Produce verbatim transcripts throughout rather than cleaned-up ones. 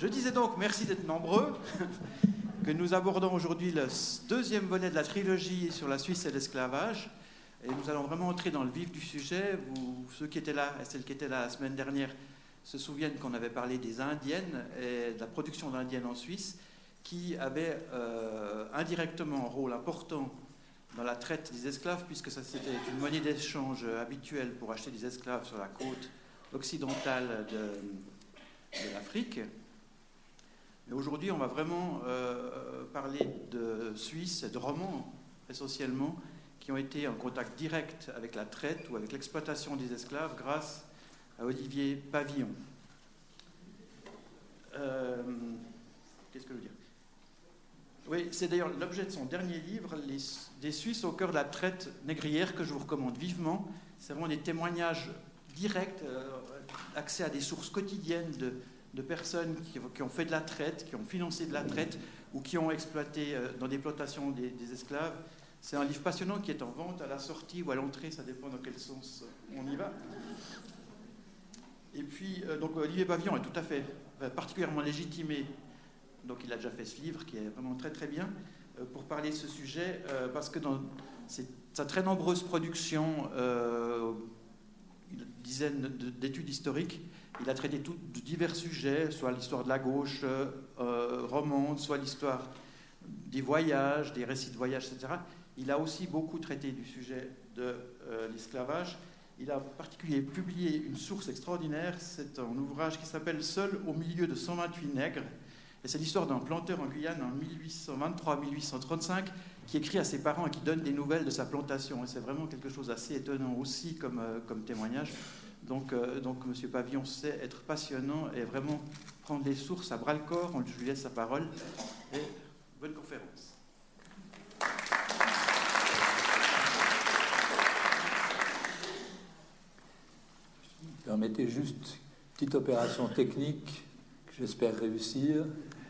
Je disais donc, merci d'être nombreux, que nous abordons aujourd'hui le deuxième volet de la trilogie sur la Suisse et l'esclavage. Et nous allons vraiment entrer dans le vif du sujet. Vous, ceux qui étaient là et celles qui étaient là la semaine dernière se souviennent qu'on avait parlé des Indiennes et de la production d'indiennes en Suisse, qui avaient euh, indirectement un rôle important dans la traite des esclaves, puisque ça, c'était une monnaie d'échange habituelle pour acheter des esclaves sur la côte occidentale de, de l'Afrique. Mais aujourd'hui, on va vraiment euh, parler de Suisses et de Romans, essentiellement, qui ont été en contact direct avec la traite ou avec l'exploitation des esclaves grâce à Olivier Pavillon. Euh, qu'est-ce que je veux dire ? Oui, c'est d'ailleurs l'objet de son dernier livre, les, Des Suisses au cœur de la traite négrière, que je vous recommande vivement. C'est vraiment des témoignages directs, euh, accès à des sources quotidiennes de, de personnes qui, qui ont fait de la traite, qui ont financé de la traite ou qui ont exploité euh, dans des plantations des, des esclaves. C'est un livre passionnant qui est en vente à la sortie ou à l'entrée, ça dépend dans quel sens on y va. Et puis, euh, donc Olivier Pavillon est tout à fait, euh, particulièrement légitimé. Donc il a déjà fait ce livre qui est vraiment très très bien euh, pour parler de ce sujet, euh, parce que dans ses, sa très nombreuse production, euh, une dizaine d'études historiques, il a traité tout, de divers sujets, soit l'histoire de la gauche euh, romande, soit l'histoire des voyages, des récits de voyages, et cetera. Il a aussi beaucoup traité du sujet de euh, l'esclavage. Il a en particulier publié une source extraordinaire, c'est un ouvrage qui s'appelle « Seul au milieu de cent vingt-huit nègres ». Et c'est l'histoire d'un planteur en Guyane en mille huit cent vingt-trois à mille huit cent trente-cinq qui écrit à ses parents et qui donne des nouvelles de sa plantation. Et c'est vraiment quelque chose d'assez étonnant aussi comme, euh, comme témoignage. Donc, euh, donc M. Pavillon sait être passionnant et vraiment prendre les sources à bras-le-corps. On lui laisse sa parole. Et bonne conférence. Permettez juste une petite opération technique que j'espère réussir.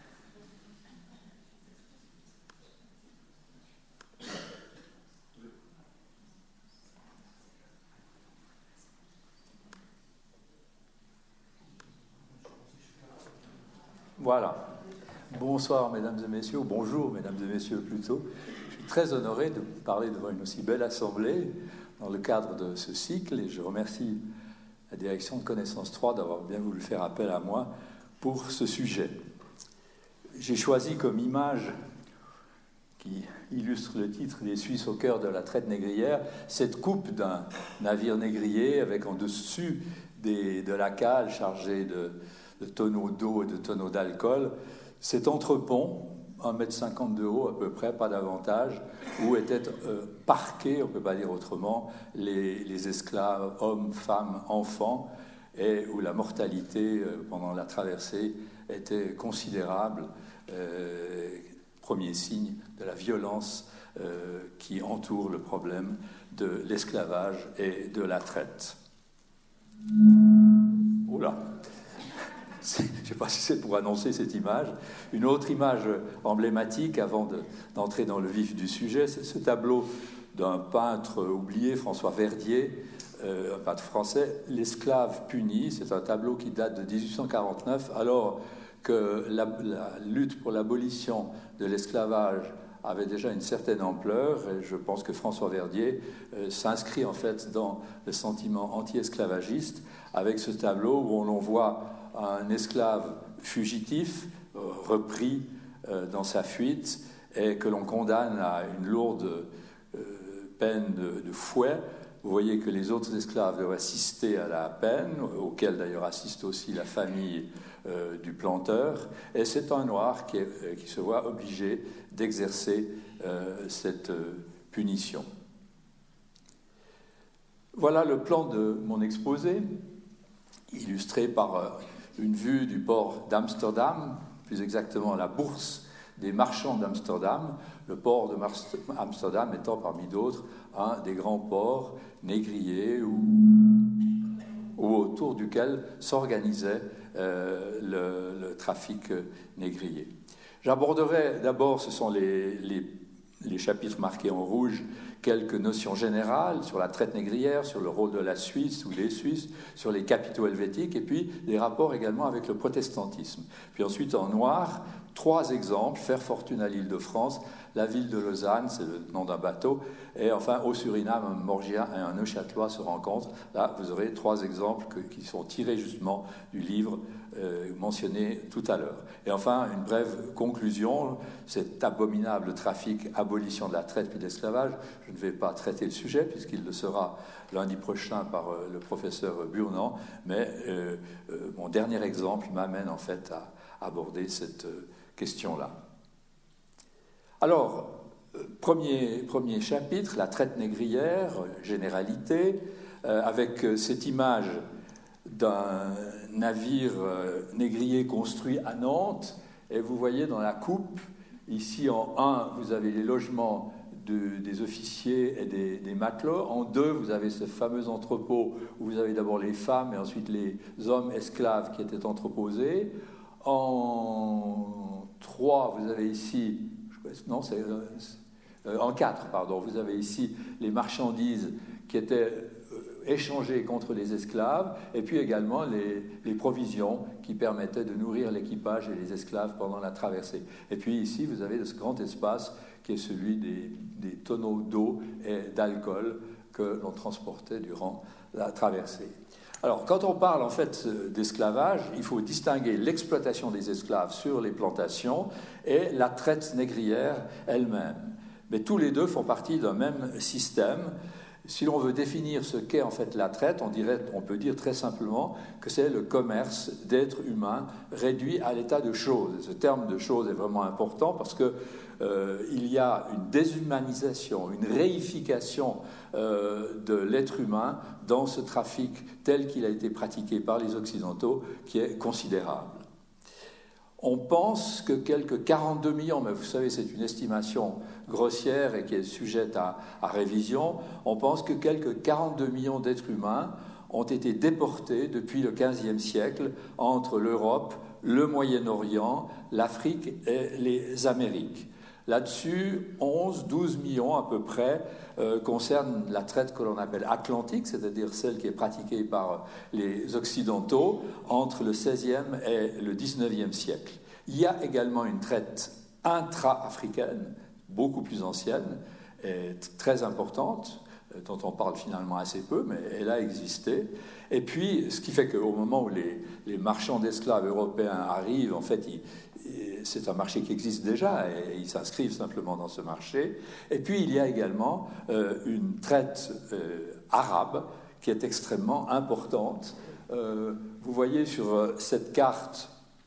Voilà. Bonsoir, mesdames et messieurs, ou bonjour, mesdames et messieurs, plutôt. Je suis très honoré de parler devant une aussi belle assemblée dans le cadre de ce cycle, et je remercie la direction de Connaissance trois d'avoir bien voulu faire appel à moi pour ce sujet. J'ai choisi comme image qui illustre le titre des Suisses au cœur de la traite négrière cette coupe d'un navire négrier avec en dessus des, de la cale chargée de, de tonneaux d'eau et de tonneaux d'alcool. Cet entrepont, un mètre cinquante de haut à peu près, pas davantage, où étaient euh, parqués, on ne peut pas dire autrement, les, les esclaves, hommes, femmes, enfants, et où la mortalité euh, pendant la traversée était considérable, euh, premier signe de la violence euh, qui entoure le problème de l'esclavage et de la traite. Oula! Je ne sais pas si c'est pour annoncer cette image. Une autre image emblématique, avant de, d'entrer dans le vif du sujet, c'est ce tableau d'un peintre oublié, François Verdier, euh, un peintre français, « L'esclave puni ». C'est un tableau qui date de dix-huit cent quarante-neuf, alors que la, la lutte pour l'abolition de l'esclavage avait déjà une certaine ampleur, et je pense que François Verdier euh, s'inscrit en fait dans le sentiment anti-esclavagiste avec ce tableau où l'on voit un esclave fugitif, euh, repris euh, dans sa fuite, et que l'on condamne à une lourde euh, peine de, de fouet. Vous voyez que les autres esclaves doivent assister à la peine, auquel d'ailleurs assiste aussi la famille euh, du planteur, et c'est un noir qui, est, qui se voit obligé d'exercer euh, cette euh, punition. Voilà le plan de mon exposé, illustré par euh, une vue du port d'Amsterdam, plus exactement la bourse des marchands d'Amsterdam, le port de Amsterdam étant parmi d'autres un des grands ports négriers où, où autour duquel s'organisait euh, le, le trafic négrier. J'aborderai d'abord, ce sont les, les, les chapitres marqués en rouge quelques notions générales sur la traite négrière, sur le rôle de la Suisse ou les Suisses, sur les capitaux helvétiques, et puis des rapports également avec le protestantisme. Puis ensuite, en noir, trois exemples: faire fortune à l'Île-de-France, la ville de Lausanne, c'est le nom d'un bateau, et enfin au Suriname, un Morgien et un Neuchâtelois se rencontrent. Là, vous aurez trois exemples que, qui sont tirés justement du livre euh, mentionné tout à l'heure. Et enfin, une brève conclusion: cet abominable trafic, abolition de la traite puis de l'esclavage. Je ne vais pas traiter le sujet puisqu'il le sera lundi prochain par euh, le professeur Burnand, mais euh, euh, mon dernier exemple m'amène en fait à aborder cette euh, question-là. Alors, premier, premier chapitre, la traite négrière, généralité, euh, avec cette image d'un navire euh, négrier construit à Nantes, et vous voyez dans la coupe, ici en un, vous avez les logements de, des officiers et des, des matelots, en deux, vous avez ce fameux entrepôt où vous avez d'abord les femmes et ensuite les hommes esclaves qui étaient entreposés, en trois, vous avez ici... Non, c'est euh, en quatre, pardon. Vous avez ici les marchandises qui étaient euh, échangées contre les esclaves, et puis également les, les provisions qui permettaient de nourrir l'équipage et les esclaves pendant la traversée. Et puis ici, vous avez ce grand espace qui est celui des, des tonneaux d'eau et d'alcool que l'on transportait durant la traversée. Alors, quand on parle en fait d'esclavage, il faut distinguer l'exploitation des esclaves sur les plantations et la traite négrière elle-même. Mais tous les deux font partie d'un même système. Si l'on veut définir ce qu'est en fait la traite, on, dirait, on peut dire très simplement que c'est le commerce d'êtres humains réduit à l'état de choses. Ce terme de choses est vraiment important parce que Euh, il y a une déshumanisation, une réification euh, de l'être humain dans ce trafic tel qu'il a été pratiqué par les Occidentaux, qui est considérable. On pense que quelques quarante-deux millions, mais vous savez, c'est une estimation grossière et qui est sujette à, à révision, on pense que quelques quarante-deux millions d'êtres humains ont été déportés depuis le quinzième siècle entre l'Europe, le Moyen-Orient, l'Afrique et les Amériques. Là-dessus, onze, douze millions à peu près euh, concernent la traite que l'on appelle atlantique, c'est-à-dire celle qui est pratiquée par les Occidentaux entre le seizième et le dix-neuvième siècle. Il y a également une traite intra-africaine, beaucoup plus ancienne et très importante, dont on parle finalement assez peu, mais elle a existé. Et puis, ce qui fait qu'au moment où les, les marchands d'esclaves européens arrivent, en fait, ils, c'est un marché qui existe déjà et ils s'inscrivent simplement dans ce marché. Et puis, il y a également euh, une traite euh, arabe qui est extrêmement importante. Euh, vous voyez sur cette carte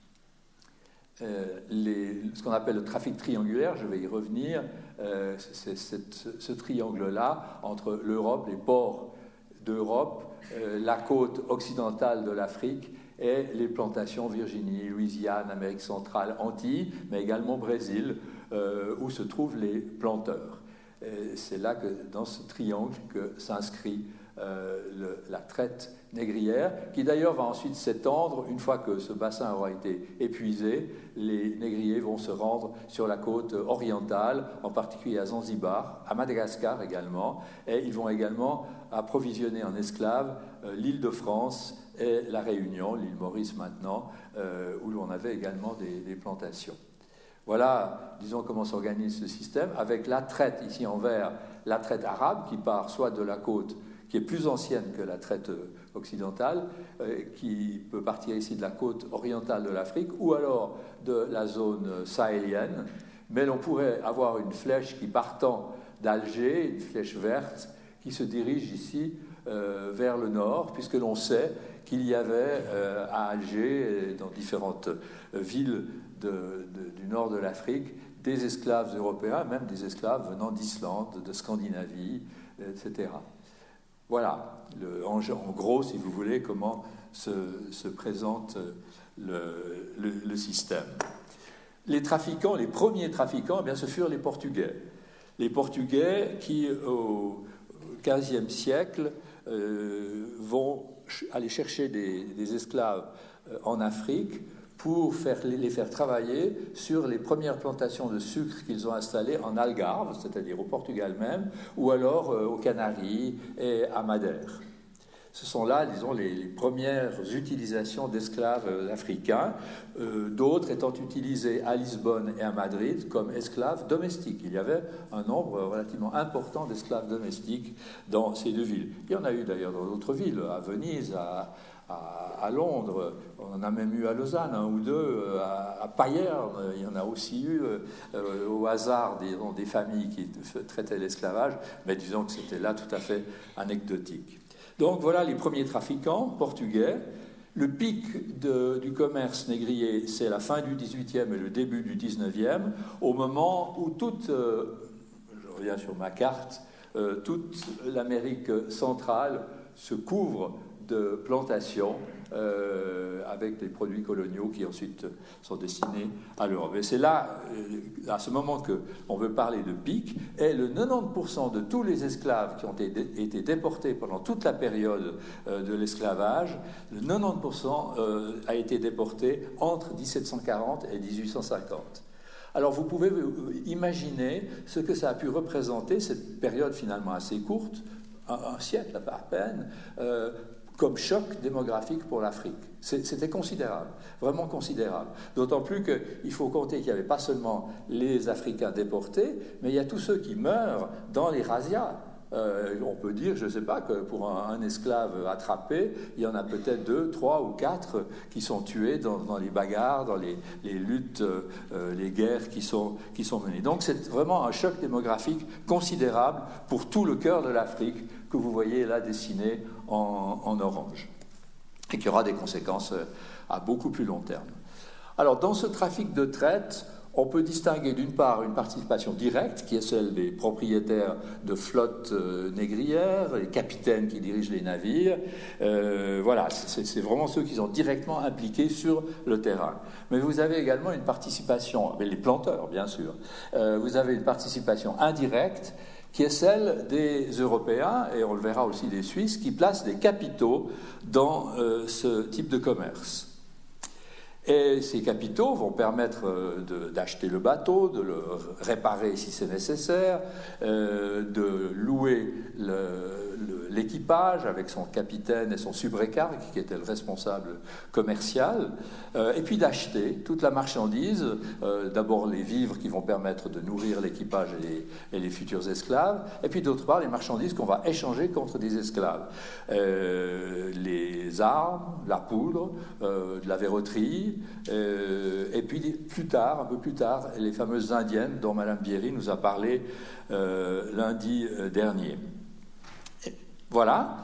euh, les, ce qu'on appelle le trafic triangulaire, je vais y revenir. Euh, c'est, c'est ce triangle-là entre l'Europe, les ports d'Europe, euh, la côte occidentale de l'Afrique et les plantations Virginie, Louisiane, Amérique centrale, Antilles, mais également Brésil, euh, où se trouvent les planteurs. Et c'est là que, dans ce triangle, que s'inscrit euh, le, la traite négrière, qui d'ailleurs va ensuite s'étendre. Une fois que ce bassin aura été épuisé, les négriers vont se rendre sur la côte orientale, en particulier à Zanzibar, à Madagascar également, et ils vont également approvisionner en esclaves euh, l'île de France et la Réunion, l'île Maurice maintenant, euh, où l'on avait également des, des plantations. Voilà, disons, comment s'organise ce système, avec la traite, ici en vert, la traite arabe, qui part soit de la côte, qui est plus ancienne que la traite occidentale, euh, qui peut partir ici de la côte orientale de l'Afrique, ou alors de la zone sahélienne, mais l'on pourrait avoir une flèche qui partant d'Alger, une flèche verte, qui se dirige ici euh, vers le nord, puisque l'on sait qu'il y avait euh, à Alger et dans différentes euh, villes de, de, du nord de l'Afrique des esclaves européens, même des esclaves venant d'Islande, de Scandinavie, et cetera. Voilà, le, en, en gros, si vous voulez, comment se, se présente le, le, le système. Les trafiquants, les premiers trafiquants, eh bien, ce furent les Portugais. Les Portugais qui, au quinzième siècle, euh, vont aller chercher des, des esclaves euh, en Afrique pour faire, les faire travailler sur les premières plantations de sucre qu'ils ont installées en Algarve, c'est-à-dire au Portugal même, ou alors euh, aux Canaries et à Madère. Ce sont là, disons, les, les premières utilisations d'esclaves euh, africains, euh, d'autres étant utilisés à Lisbonne et à Madrid comme esclaves domestiques. Il y avait un nombre relativement important d'esclaves domestiques dans ces deux villes. Il y en a eu d'ailleurs dans d'autres villes, à Venise, à, à, à Londres, on en a même eu à Lausanne, un ou deux, à, à Payerne, il y en a aussi eu euh, au hasard des, des familles qui traitaient l'esclavage, mais disons que c'était là tout à fait anecdotique. Donc voilà les premiers trafiquants portugais. Le pic de, du commerce négrier, c'est la fin du dix-huitième et le début du dix-neuvième, au moment où toute, euh, je reviens sur ma carte, euh, toute l'Amérique centrale se couvre de plantations euh, avec des produits coloniaux qui ensuite sont destinés à l'Europe. Et c'est là, euh, à ce moment, qu'on veut parler de pic, et le quatre-vingt-dix pour cent de tous les esclaves qui ont été, été déportés pendant toute la période euh, de l'esclavage, le quatre-vingt-dix pour cent euh, a été déporté entre dix-sept cent quarante et dix-huit cent cinquante. Alors vous pouvez imaginer ce que ça a pu représenter, cette période finalement assez courte, un, un siècle à peine, euh, comme choc démographique pour l'Afrique. C'était considérable, vraiment considérable. D'autant plus qu'il faut compter qu'il n'y avait pas seulement les Africains déportés, mais il y a tous ceux qui meurent dans les razzias. Euh, on peut dire, je ne sais pas, que pour un, un esclave attrapé, il y en a peut-être deux, trois ou quatre qui sont tués dans, dans les bagarres, dans les, les luttes, euh, les guerres qui sont, qui sont menées. Donc c'est vraiment un choc démographique considérable pour tout le cœur de l'Afrique que vous voyez là dessiné en, en orange, et qui aura des conséquences à beaucoup plus long terme. Alors dans ce trafic de traite, on peut distinguer d'une part une participation directe, qui est celle des propriétaires de flottes euh, négrières, les capitaines qui dirigent les navires. Euh, voilà, c'est vraiment ceux qui sont directement impliqués sur le terrain. Mais vous avez également une participation, les planteurs bien sûr, euh, vous avez une participation indirecte, qui est celle des Européens, et on le verra aussi des Suisses, qui placent des capitaux dans euh, ce type de commerce. Et ces capitaux vont permettre d'acheter le bateau, de le réparer si c'est nécessaire, euh, de louer l'équipage avec son capitaine et son subrécargue, qui était le responsable commercial, euh, et puis d'acheter toute la marchandise, euh, d'abord les vivres qui vont permettre de nourrir l'équipage et les, et les futurs esclaves, et puis d'autre part les marchandises qu'on va échanger contre des esclaves. Euh, les armes, la poudre, euh, de la verroterie, Euh, et puis plus tard, un peu plus tard, les fameuses indiennes dont Madame Bierry nous a parlé euh, lundi dernier. Et voilà.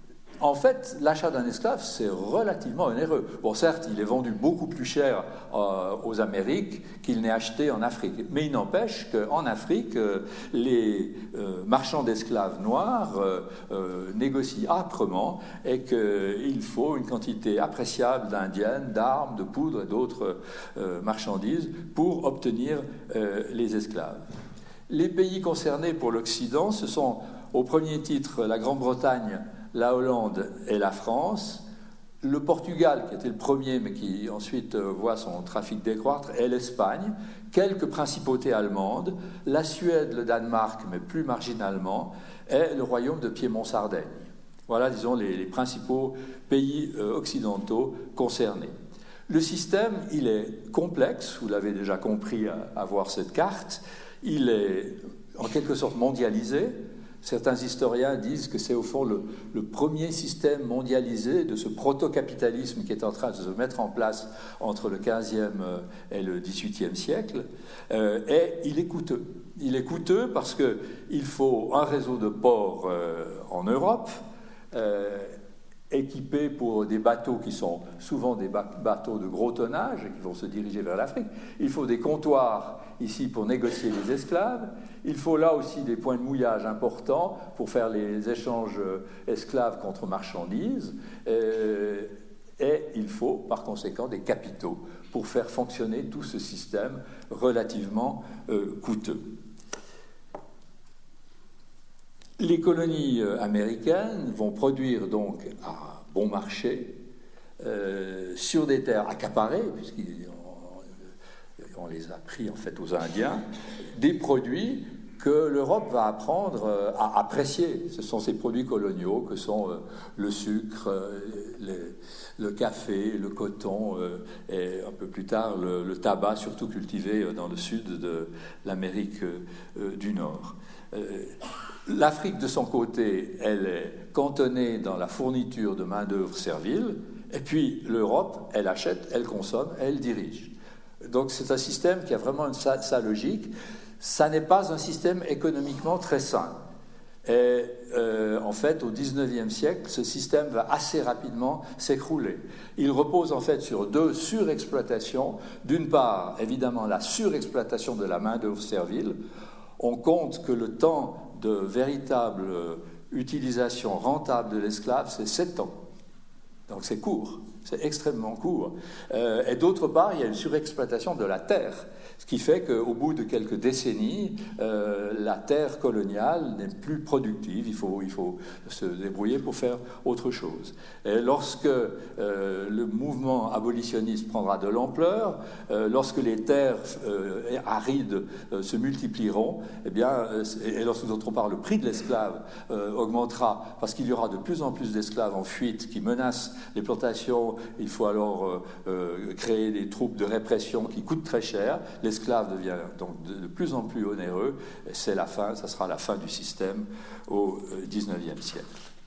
En fait, l'achat d'un esclave, c'est relativement onéreux. Bon, certes, il est vendu beaucoup plus cher euh, aux Amériques qu'il n'est acheté en Afrique. Mais il n'empêche qu'en Afrique, euh, les euh, marchands d'esclaves noirs euh, euh, négocient âprement et qu'il faut une quantité appréciable d'indiennes, d'armes, de poudre et d'autres euh, marchandises pour obtenir euh, les esclaves. Les pays concernés pour l'Occident, ce sont au premier titre la Grande-Bretagne, la Hollande et la France, le Portugal, qui était le premier, mais qui ensuite voit son trafic décroître, et l'Espagne, quelques principautés allemandes, la Suède, le Danemark, mais plus marginalement, et le royaume de Piémont-Sardaigne. Voilà, disons, les, les principaux pays euh, occidentaux concernés. Le système, il est complexe, vous l'avez déjà compris à, à voir cette carte, il est en quelque sorte mondialisé. Certains historiens disent que c'est au fond le, le premier système mondialisé de ce proto-capitalisme qui est en train de se mettre en place entre le quinzième et le dix-huitième siècle. Euh, et il est coûteux. Il est coûteux parce qu'il faut un réseau de ports euh, en Europe, euh, équipés pour des bateaux qui sont souvent des bateaux de gros tonnage et qui vont se diriger vers l'Afrique. Il faut des comptoirs ici pour négocier les esclaves. Il faut là aussi des points de mouillage importants pour faire les échanges esclaves contre marchandises. Et, et il faut par conséquent des capitaux pour faire fonctionner tout ce système relativement euh, coûteux. Les colonies américaines vont produire donc à bon marché euh, sur des terres accaparées, puisqu'on on les a pris en fait aux Indiens, des produits que l'Europe va apprendre à apprécier. Ce sont ces produits coloniaux que sont le sucre, les, le café, le coton et un peu plus tard le, le tabac, surtout cultivé dans le sud de l'Amérique du Nord. L'Afrique, de son côté, elle est cantonnée dans la fourniture de main-d'œuvre servile, et puis l'Europe, elle achète, elle consomme, elle dirige. Donc c'est un système qui a vraiment une, sa, sa logique. Ça n'est pas un système économiquement très sain. Et euh, en fait, au dix-neuvième siècle, ce système va assez rapidement s'écrouler. Il repose en fait sur deux surexploitations. D'une part, évidemment, la surexploitation de la main-d'œuvre servile. On compte que le temps de véritable utilisation rentable de l'esclave, c'est sept ans. Donc c'est court, c'est extrêmement court. Euh, et d'autre part, il y a une surexploitation de la terre. Ce qui fait qu'au bout de quelques décennies, euh, la terre coloniale n'est plus productive. Il faut, il faut se débrouiller pour faire autre chose. Et lorsque euh, le mouvement abolitionniste prendra de l'ampleur, euh, lorsque les terres euh, arides euh, se multiplieront, eh bien, euh, et lorsque d'autre part le prix de l'esclave euh, augmentera, parce qu'il y aura de plus en plus d'esclaves en fuite qui menacent les plantations, il faut alors euh, euh, créer des troupes de répression qui coûtent très cher. L'esclave devient donc de plus en plus onéreux, et c'est la fin, ça sera la fin du système au dix-neuvième siècle.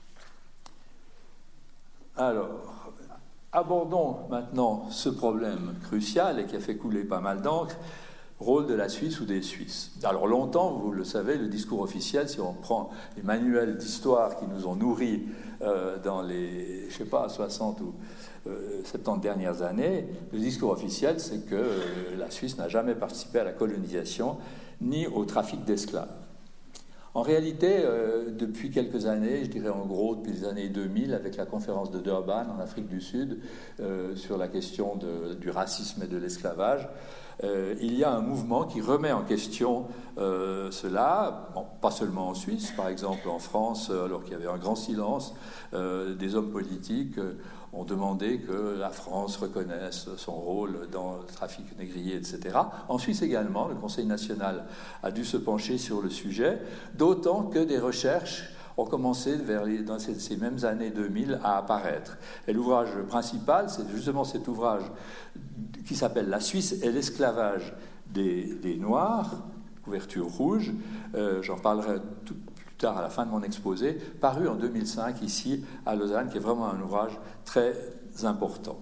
Alors, abordons maintenant ce problème crucial et qui a fait couler pas mal d'encre, rôle de la Suisse ou des Suisses. Alors longtemps, vous le savez, le discours officiel, si on prend les manuels d'histoire qui nous ont nourris euh, dans les, je sais pas, soixante ou Euh, septante dernières années, le discours officiel, c'est que euh, la Suisse n'a jamais participé à la colonisation ni au trafic d'esclaves. En réalité, euh, depuis quelques années, je dirais en gros depuis les années deux mille, avec la conférence de Durban en Afrique du Sud euh, sur la question de, du racisme et de l'esclavage, euh, il y a un mouvement qui remet en question euh, cela, bon, pas seulement en Suisse, par exemple en France, alors qu'il y avait un grand silence, euh, des hommes politiques euh, ont demandé que la France reconnaisse son rôle dans le trafic négrier, et cetera. En Suisse également, le Conseil national a dû se pencher sur le sujet, d'autant que des recherches ont commencé vers les, dans ces, ces mêmes années deux mille à apparaître. Et l'ouvrage principal, c'est justement cet ouvrage qui s'appelle « La Suisse et l'esclavage des, des Noirs », couverture rouge, euh, j'en parlerai tout plus tard à la fin de mon exposé, paru en deux mille cinq ici à Lausanne, qui est vraiment un ouvrage très important.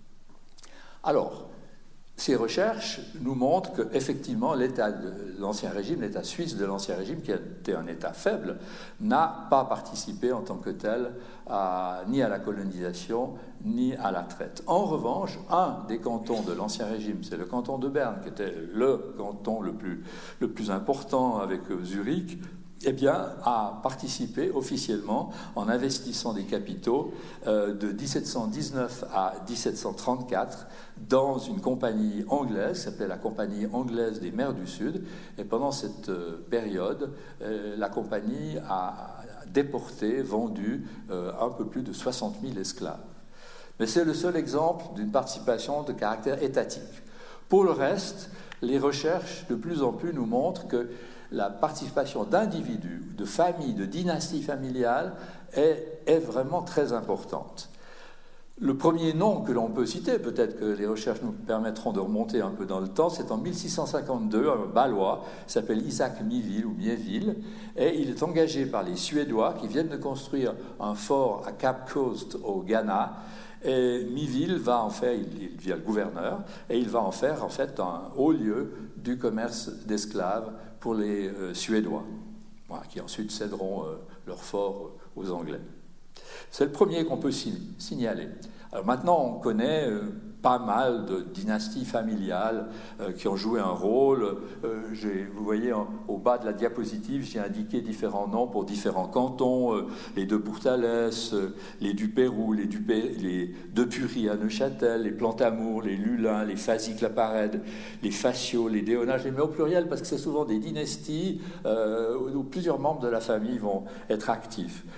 Alors, ces recherches nous montrent qu'effectivement, l'État de l'Ancien Régime, l'État suisse de l'Ancien Régime, qui était un État faible, n'a pas participé en tant que tel à, ni à la colonisation, ni à la traite. En revanche, un des cantons de l'Ancien Régime, c'est le canton de Berne, qui était le canton le plus, le plus important avec Zurich, eh bien, a participé officiellement en investissant des capitaux euh, de dix-sept cent dix-neuf à dix-sept cent trente-quatre dans une compagnie anglaise, qui s'appelait la Compagnie anglaise des mers du Sud. Et pendant cette euh, période, euh, la compagnie a déporté, vendu euh, un peu plus de soixante mille esclaves. Mais c'est le seul exemple d'une participation de caractère étatique. Pour le reste, les recherches de plus en plus nous montrent que la participation d'individus, de familles, de dynasties familiales est, est vraiment très importante. Le premier nom que l'on peut citer, peut-être que les recherches nous permettront de remonter un peu dans le temps, c'est en mille six cent cinquante-deux, un Balois, qui s'appelle Isaac Mieville, ou Mieville, et il est engagé par les Suédois qui viennent de construire un fort à Cape Coast au Ghana. Et Mieville va en faire, il, il devient le gouverneur, et il va en faire en fait un haut lieu du commerce d'esclaves pour les euh, Suédois, voilà, qui ensuite céderont euh, leur fort aux Anglais. C'est le premier qu'on peut signaler. Alors maintenant, on connaît euh, pas mal de dynasties familiales euh, qui ont joué un rôle. Euh, j'ai, vous voyez, en, au bas de la diapositive, j'ai indiqué différents noms pour différents cantons, euh, les de Pourtalès, euh, les du Pérou, les, du Pé, les de Purie à Neuchâtel, les Plantamour, les Lulin, les Fazy-Claparède, les Faciaux, les Déonage, je les mets au pluriel parce que c'est souvent des dynasties euh, où plusieurs membres de la famille vont être actifs.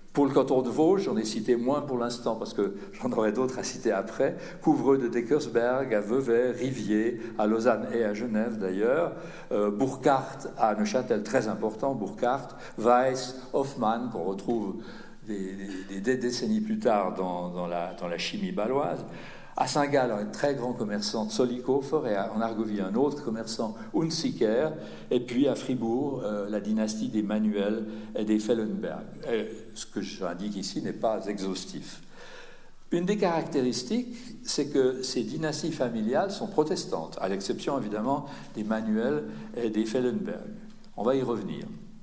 Pour le canton de Vosges, j'en ai cité moins pour l'instant parce que j'en aurai d'autres à citer après. Couvreux de Deckersberg, à Vevey, Rivier, à Lausanne et à Genève d'ailleurs. Euh, Burckhardt à Neuchâtel, très important, Burckhardt. Weiss, Hoffmann, qu'on retrouve des, des, des décennies plus tard dans, dans, la, dans la chimie bâloise. À Saint-Gall, un très grand commerçant, Zollikofer, et en Argovie, un autre commerçant, Hunziker, et puis à Fribourg, euh, la dynastie des Manuel et des Fellenberg. Et ce que j'indique ici n'est pas exhaustif. Une des caractéristiques, c'est que ces dynasties familiales sont protestantes, à l'exception évidemment des Manuel et des Fellenberg. On va y revenir.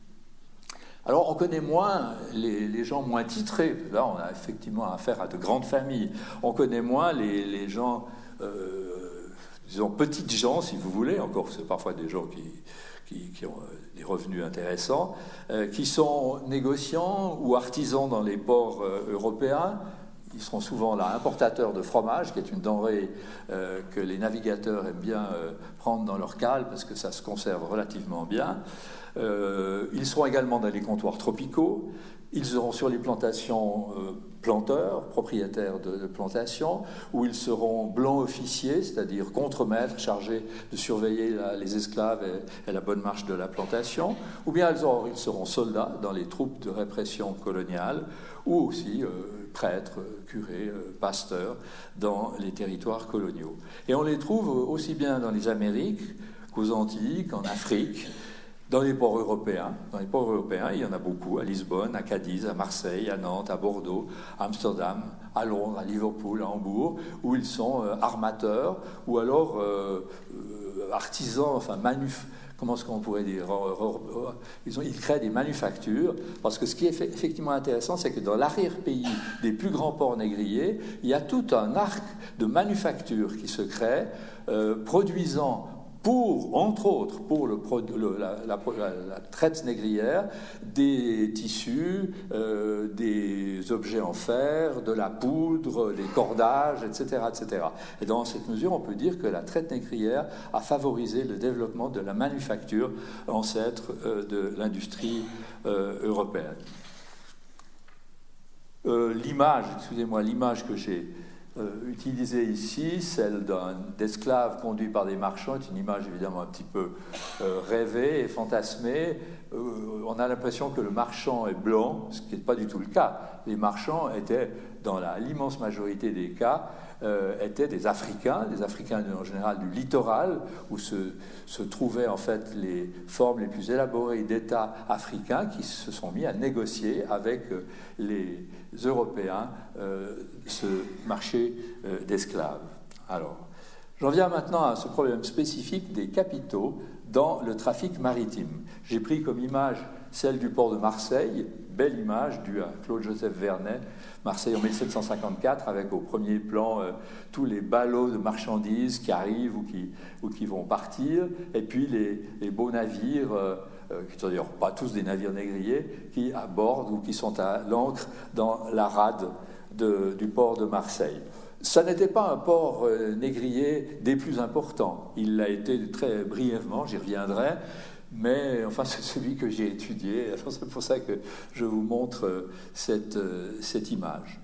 Alors, on connaît moins les, les gens moins titrés. Là, on a effectivement affaire à de grandes familles. On connaît moins les, les gens, euh, disons, petites gens, si vous voulez. Encore, c'est parfois des gens qui, qui, qui ont des revenus intéressants, euh, qui sont négociants ou artisans dans les ports euh, européens. Ils seront souvent là importateurs de fromage, qui est une denrée euh, que les navigateurs aiment bien euh, prendre dans leur cale, parce que ça se conserve relativement bien. Euh, ils seront également dans les comptoirs tropicaux. Ils seront sur les plantations euh, planteurs, propriétaires de, de plantations, où ils seront blancs officiers, c'est-à-dire contremaîtres chargés de surveiller la, les esclaves et, et la bonne marche de la plantation, ou bien ils, auront, ils seront soldats dans les troupes de répression coloniale, ou aussi euh, prêtres, curés, euh, pasteurs dans les territoires coloniaux. Et on les trouve aussi bien dans les Amériques qu'aux Antilles, qu'en Afrique. Dans les ports européens, dans les ports européens, il y en a beaucoup, à Lisbonne, à Cadiz, à Marseille, à Nantes, à Bordeaux, à Amsterdam, à Londres, à Liverpool, à Hambourg, où ils sont euh, armateurs ou alors euh, euh, artisans, enfin manuf. Comment est-ce qu'on pourrait dire ils, ont, ils créent des manufactures, parce que ce qui est effectivement intéressant, c'est que dans l'arrière-pays des plus grands ports négriers, il y a tout un arc de manufactures qui se crée, euh, produisant pour, entre autres, pour le, le, la, la, la, la traite négrière, des tissus, euh, des objets en fer, de la poudre, des cordages, et cetera, et cetera. Et dans cette mesure, on peut dire que la traite négrière a favorisé le développement de la manufacture, ancêtre euh, de l'industrie euh, européenne. Euh, l'image, excusez-moi, l'image que j'ai Euh, utilisée ici, celle d'un d'esclaves conduits par des marchands, est une image évidemment un petit peu euh, rêvée et fantasmée. Euh, on a l'impression que le marchand est blanc, ce qui n'est pas du tout le cas. Les marchands étaient, dans la, l'immense majorité des cas, euh, étaient des Africains, des Africains en général du littoral, où se, se trouvaient en fait les formes les plus élaborées d'États africains qui se sont mis à négocier avec euh, les Européens euh, ce marché euh, d'esclaves. Alors, j'en viens maintenant à ce problème spécifique des capitaux dans le trafic maritime. J'ai pris comme image celle du port de Marseille, belle image due à Claude-Joseph Vernet, Marseille en mille sept cent cinquante-quatre, avec au premier plan euh, tous les ballots de marchandises qui arrivent ou qui, ou qui vont partir, et puis les, les beaux navires, euh, euh, qui sont d'ailleurs pas tous des navires négriers, qui abordent ou qui sont à l'ancre dans la rade de, du port de Marseille. Ça n'était pas un port euh, négrier des plus importants. Il l'a été très brièvement, j'y reviendrai, mais enfin c'est celui que j'ai étudié. Alors c'est pour ça que je vous montre euh, cette, euh, cette image.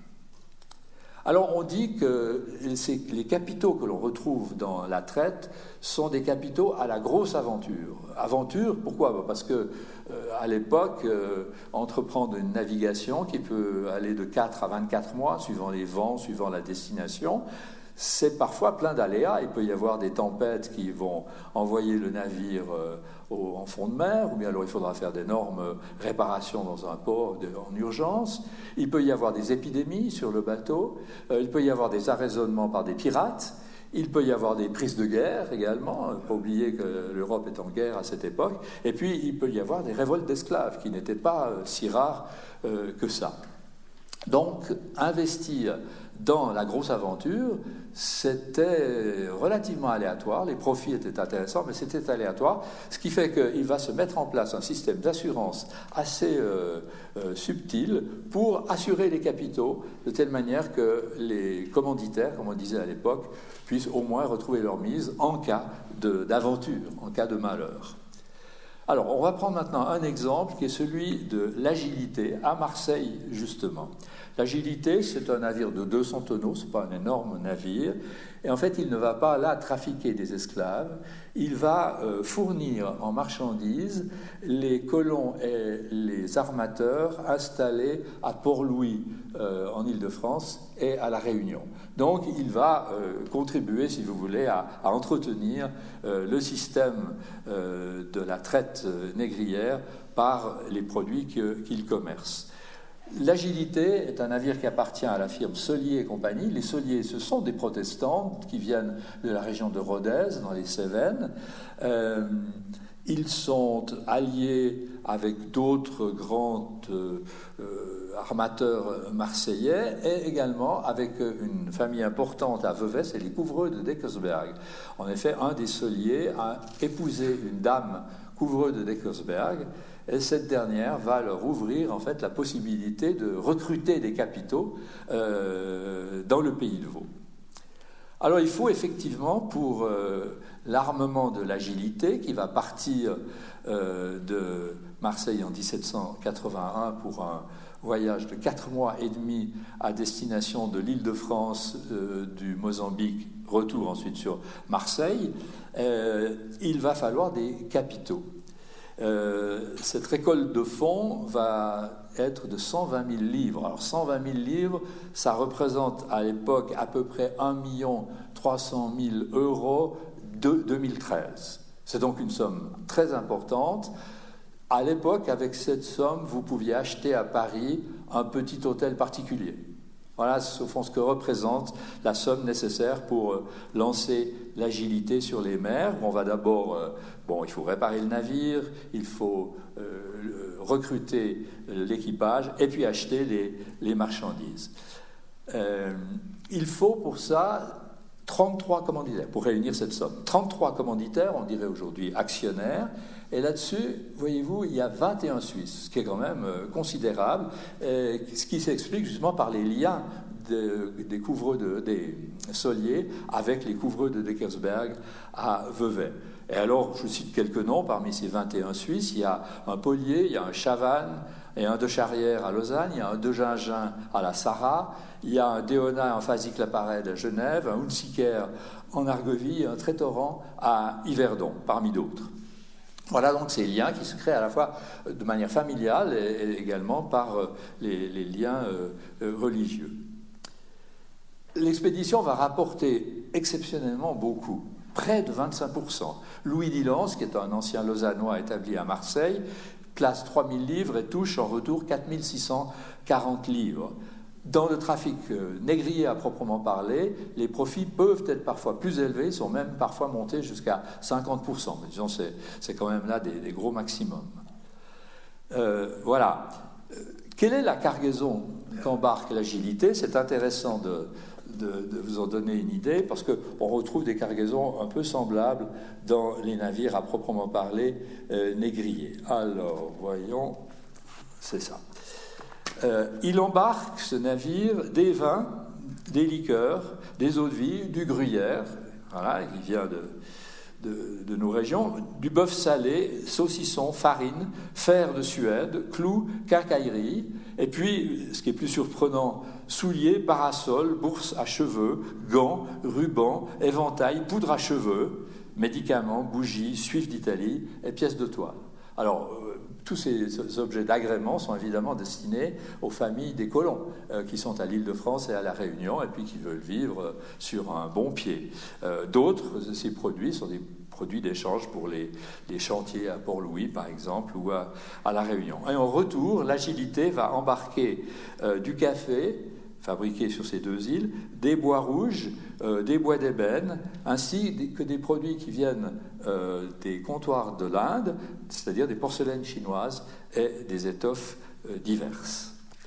Alors on dit que les capitaux que l'on retrouve dans la traite sont des capitaux à la grosse aventure. Aventure, pourquoi ? Parce que euh, à l'époque, euh, entreprendre une navigation qui peut aller de quatre à vingt-quatre mois, suivant les vents, suivant la destination, c'est parfois plein d'aléas. Il peut y avoir des tempêtes qui vont envoyer le navire euh, au, en fond de mer, ou bien alors il faudra faire d'énormes réparations dans un port de, en urgence. Il peut y avoir des épidémies sur le bateau. Euh, il peut y avoir des arraisonnements par des pirates. Il peut y avoir des prises de guerre également. Il ne faut pas oublier que l'Europe est en guerre à cette époque. Et puis, il peut y avoir des révoltes d'esclaves qui n'étaient pas euh, si rares euh, que ça. Donc, investir dans la grosse aventure, c'était relativement aléatoire. Les profits étaient intéressants, mais c'était aléatoire. Ce qui fait qu'il va se mettre en place un système d'assurance assez euh, euh, subtil pour assurer les capitaux de telle manière que les commanditaires, comme on disait à l'époque, puissent au moins retrouver leur mise en cas de, d'aventure, en cas de malheur. Alors, on va prendre maintenant un exemple qui est celui de l'Agilité, à Marseille, justement. L'Agilité, c'est un navire de deux cents tonneaux, ce n'est pas un énorme navire, et en fait, il ne va pas là trafiquer des esclaves, il va euh, fournir en marchandises les colons et les armateurs installés à Port-Louis, euh, en Île-de-France, et à La Réunion. Donc, il va euh, contribuer, si vous voulez, à, à entretenir euh, le système euh, de la traite négrière par les produits que, qu'il commerce. L'Agilité est un navire qui appartient à la firme Solier et compagnie. Les Solier, ce sont des protestants qui viennent de la région de Rodez, dans les Cévennes. Euh, ils sont alliés avec d'autres grands euh, euh, armateurs marseillais et également avec une famille importante à Vevey, c'est les couvreux de Deckersberg. En effet, un des Solier a épousé une dame couvreux de Deckersberg, et cette dernière va leur ouvrir en fait la possibilité de recruter des capitaux euh, dans le pays de Vaud. Alors il faut effectivement pour euh, l'armement de l'Agilité qui va partir euh, de Marseille en dix-sept cent quatre-vingt-un pour un voyage de quatre mois et demi à destination de l'Île-de-France, euh, du Mozambique, retour ensuite sur Marseille, euh, il va falloir des capitaux. Euh, cette récolte de fonds va être de cent vingt mille livres. Alors cent vingt mille livres, ça représente à l'époque à peu près un million trois cent mille euros de deux mille treize. C'est donc une somme très importante. À l'époque, avec cette somme, vous pouviez acheter à Paris un petit hôtel particulier. Voilà, au fond, ce que représente la somme nécessaire pour euh, lancer l'Agilité sur les mers. On va d'abord, euh, bon, il faut réparer le navire, il faut euh, recruter l'équipage et puis acheter les, les marchandises. Euh, il faut pour ça trente-trois commanditaires pour réunir cette somme. trente-trois commanditaires, on dirait aujourd'hui actionnaires. Et là-dessus, voyez-vous, il y a vingt et un Suisses, ce qui est quand même euh, considérable, et ce qui s'explique justement par les liens de, des couvreux de, des Solier avec les couvreux de Deckersberg à Vevey. Et alors, je cite quelques noms, parmi ces vingt et un Suisses, il y a un Polier, il y a un Chavannes, et un de Charrière à Lausanne, il y a un de Gingin à la Sarraz, il y a un Déonat en Phasique-la-Parède à Genève, un Hunsiker en Argovie, et un Trétoran à Yverdon, parmi d'autres. Voilà donc ces liens qui se créent à la fois de manière familiale et également par les, les liens euh, religieux. L'expédition va rapporter exceptionnellement beaucoup, près de vingt-cinq pour cent. Louis Dillance, qui est un ancien Lausannois établi à Marseille, place trois mille livres et touche en retour quatre mille six cent quarante livres. Dans le trafic négrier à proprement parler, les profits peuvent être parfois plus élevés, sont même parfois montés jusqu'à cinquante pour cent. Mais disons, c'est, c'est quand même là des, des gros maximums. Euh, voilà. Quelle est la cargaison qu'embarque l'Agilité ? C'est intéressant de, de, de vous en donner une idée, parce qu'on retrouve des cargaisons un peu semblables dans les navires à proprement parler euh, négriers. Alors, voyons, c'est ça. Euh, il embarque, ce navire, des vins, des liqueurs, des eaux de vie, du gruyère, voilà, qui vient de, de, de nos régions, du bœuf salé, saucisson, farine, fer de Suède, clous, quincaillerie, et puis, ce qui est plus surprenant, souliers, parasols, bourses à cheveux, gants, rubans, éventails, poudre à cheveux, médicaments, bougies, suif d'Italie et pièces de toile. Alors, euh, tous ces objets d'agrément sont évidemment destinés aux familles des colons euh, qui sont à l'Île-de-France et à La Réunion et puis qui veulent vivre sur un bon pied. Euh, d'autres de ces produits sont des produits d'échange pour les, les chantiers à Port-Louis, par exemple, ou à, à La Réunion. Et en retour, l'Agilité va embarquer euh, du café, fabriqués sur ces deux îles, des bois rouges, euh, des bois d'ébène, ainsi que des produits qui viennent euh, des comptoirs de l'Inde, c'est-à-dire des porcelaines chinoises et des étoffes euh, diverses.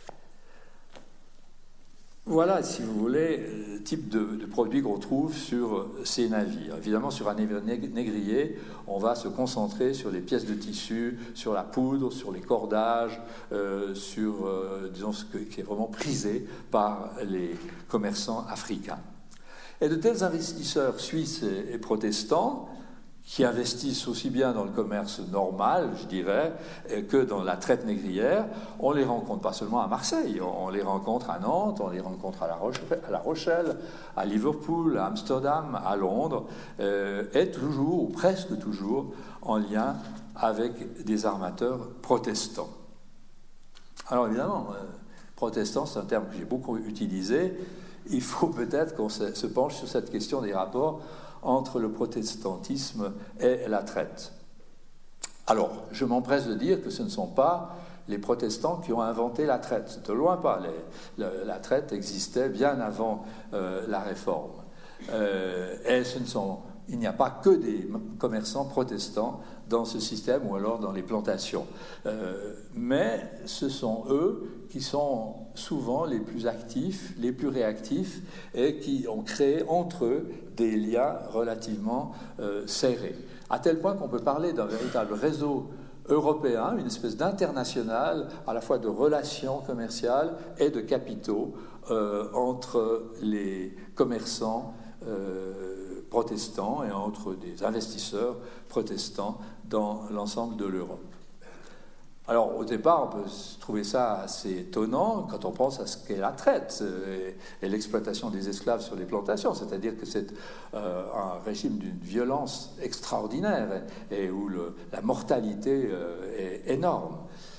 Voilà, si vous voulez, le type de, de produits qu'on trouve sur ces navires. Évidemment, sur un navire négrier, on va se concentrer sur les pièces de tissu, sur la poudre, sur les cordages, euh, sur, euh, disons, ce que, qui est vraiment prisé par les commerçants africains. Et de tels investisseurs suisses et, et protestants, qui investissent aussi bien dans le commerce normal, je dirais, que dans la traite négrière. On les rencontre pas seulement à Marseille, on les rencontre à Nantes, on les rencontre à La, Roche, à La Rochelle, à Liverpool, à Amsterdam, à Londres, euh, et toujours, ou presque toujours, en lien avec des armateurs protestants. Alors évidemment, euh, protestant, c'est un terme que j'ai beaucoup utilisé. Il faut peut-être qu'on se, se penche sur cette question des rapports entre le protestantisme et la traite. Alors, je m'empresse de dire que ce ne sont pas les protestants qui ont inventé la traite. De loin pas. Les, la, la traite existait bien avant euh, la Réforme. Euh, et ce ne sont, il n'y a pas que des commerçants protestants dans ce système ou alors dans les plantations. Euh, mais ce sont eux qui sont souvent les plus actifs, les plus réactifs et qui ont créé entre eux des liens relativement euh, serrés. À tel point qu'on peut parler d'un véritable réseau européen, une espèce d'international à la fois de relations commerciales et de capitaux euh, entre les commerçants euh, protestants et entre des investisseurs protestants dans l'ensemble de l'Europe. Alors, au départ, on peut trouver ça assez étonnant quand on pense à ce qu'est la traite et, et l'exploitation des esclaves sur les plantations, c'est-à-dire que c'est euh, un régime d'une violence extraordinaire et, et où le, la mortalité euh, est énorme.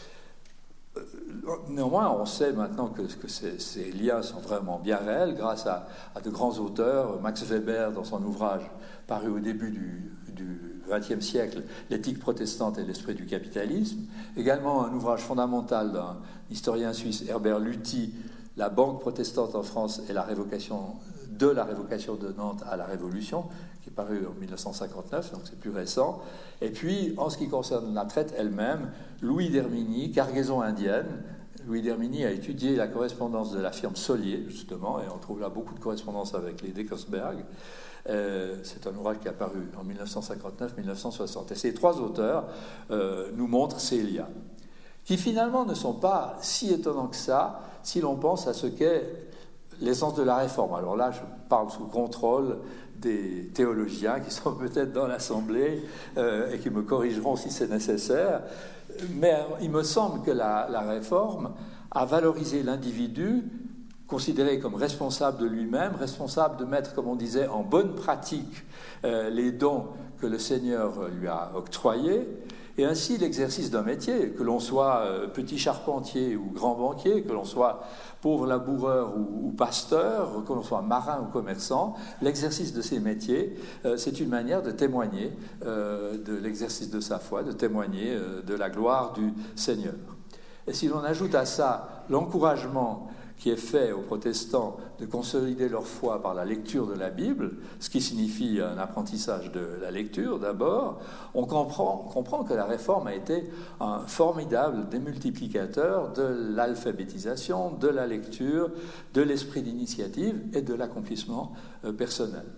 Néanmoins, on sait maintenant que, que ces, ces liens sont vraiment bien réels grâce à, à de grands auteurs. Max Weber, dans son ouvrage paru au début du, du vingtième siècle, L'éthique protestante et l'esprit du capitalisme. Également un ouvrage fondamental d'un historien suisse, Herbert Luthi, La banque protestante en France et la révocation de la révocation de Nantes à la Révolution, qui est paru en mille neuf cent cinquante-neuf, donc c'est plus récent. Et puis, en ce qui concerne la traite elle-même, Louis d'Herminie, Cargaison indienne. Louis d'Herminie a étudié la correspondance de la firme Solier, justement, et on trouve là beaucoup de correspondances avec les Decosberg. Euh, c'est un ouvrage qui est apparu en mille neuf cent cinquante-neuf mille neuf cent soixante. Et ces trois auteurs euh, nous montrent ces liens, qui finalement ne sont pas si étonnants que ça, si l'on pense à ce qu'est l'essence de la réforme. Alors là, je parle sous contrôle des théologiens qui sont peut-être dans l'Assemblée euh, et qui me corrigeront si c'est nécessaire. Mais il me semble que la, la réforme a valorisé l'individu, considéré comme responsable de lui-même, responsable de mettre, comme on disait, en bonne pratique euh, les dons que le Seigneur lui a octroyés, et ainsi l'exercice d'un métier, que l'on soit euh, petit charpentier ou grand banquier, que l'on soit pauvre laboureur ou, ou pasteur, que l'on soit marin ou commerçant, l'exercice de ces métiers, euh, c'est une manière de témoigner euh, de l'exercice de sa foi, de témoigner euh, de la gloire du Seigneur. Et si l'on ajoute à ça l'encouragement qui est fait aux protestants de consolider leur foi par la lecture de la Bible, ce qui signifie un apprentissage de la lecture d'abord, on comprend, on comprend que la réforme a été un formidable démultiplicateur de l'alphabétisation, de la lecture, de l'esprit d'initiative et de l'accomplissement personnel.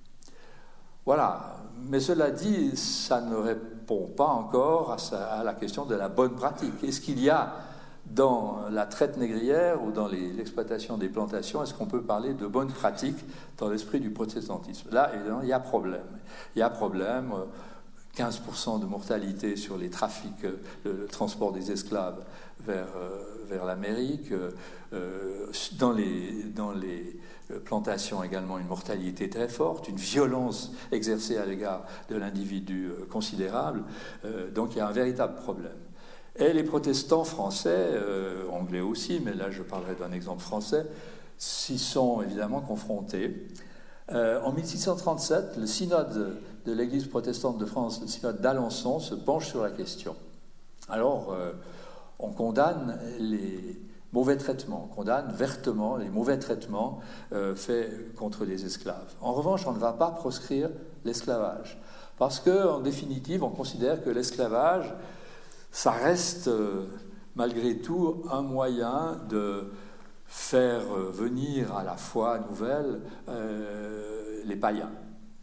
Voilà, mais cela dit, ça ne répond pas encore à, sa, à la question de la bonne pratique. Est-ce qu'il y a dans la traite négrière ou dans les, l'exploitation des plantations, est-ce qu'on peut parler de bonnes pratiques dans l'esprit du protestantisme? Là, évidemment, il y a problème. Il y a problème, quinze pour cent de mortalité sur les trafics, le transport des esclaves vers, vers l'Amérique. Dans les, dans les plantations également, une mortalité très forte, une violence exercée à l'égard de l'individu considérable. Donc il y a un véritable problème. Et les protestants français, euh, anglais aussi, mais là je parlerai d'un exemple français, s'y sont évidemment confrontés. Euh, en mille six cent trente-sept, le synode de l'Église protestante de France, le synode d'Alençon, se penche sur la question. Alors, euh, on condamne les mauvais traitements, on condamne vertement les mauvais traitements euh, faits contre les esclaves. En revanche, on ne va pas proscrire l'esclavage, parce qu'en définitive, on considère que l'esclavage, ça reste euh, malgré tout un moyen de faire venir à la foi nouvelle euh, les païens.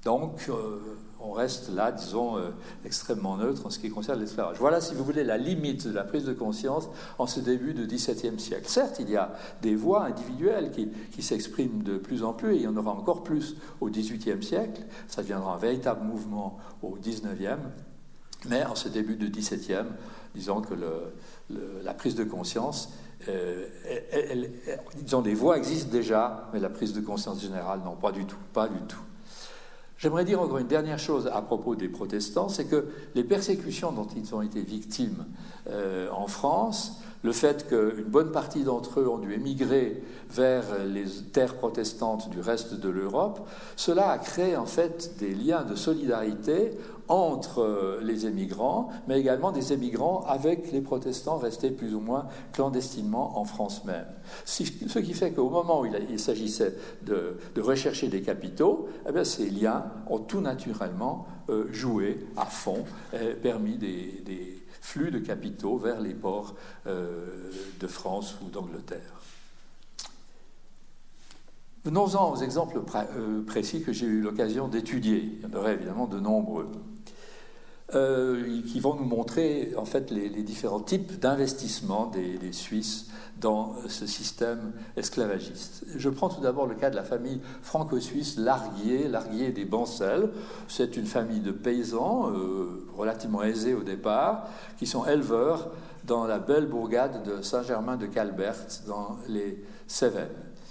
Donc, euh, on reste là, disons, euh, extrêmement neutre en ce qui concerne l'esclavage. Voilà, si vous voulez, la limite de la prise de conscience en ce début du dix-septième siècle. Certes, il y a des voix individuelles qui, qui s'expriment de plus en plus, et il y en aura encore plus au dix-huitième siècle. Ça deviendra un véritable mouvement au dix-neuvième. Mais en ce début du dix-septième, disons que le, le, la prise de conscience, euh, elle, elle, disons, les voix existent déjà, mais la prise de conscience générale, non, pas du tout, pas du tout. J'aimerais dire encore une dernière chose à propos des protestants, c'est que les persécutions dont ils ont été victimes euh, en France, le fait qu'une bonne partie d'entre eux ont dû émigrer vers les terres protestantes du reste de l'Europe, cela a créé en fait des liens de solidarité entre les émigrants, mais également des émigrants avec les protestants restés plus ou moins clandestinement en France même. Ce qui fait qu'au moment où il s'agissait de, de rechercher des capitaux, eh bien, ces liens ont tout naturellement euh, joué à fond, et permis des, des flux de capitaux vers les ports euh, de France ou d'Angleterre. Venons-en aux exemples pré- euh, précis que j'ai eu l'occasion d'étudier. Il y en aurait évidemment de nombreux. Euh, qui vont nous montrer en fait les, les différents types d'investissement des, des Suisses dans ce système esclavagiste. Je prends tout d'abord le cas de la famille franco-suisse Larguier, Larguier des Bancel. C'est une famille de paysans euh, relativement aisés au départ, qui sont éleveurs dans la belle bourgade de Saint-Germain-de-Calbert, dans les Cévennes.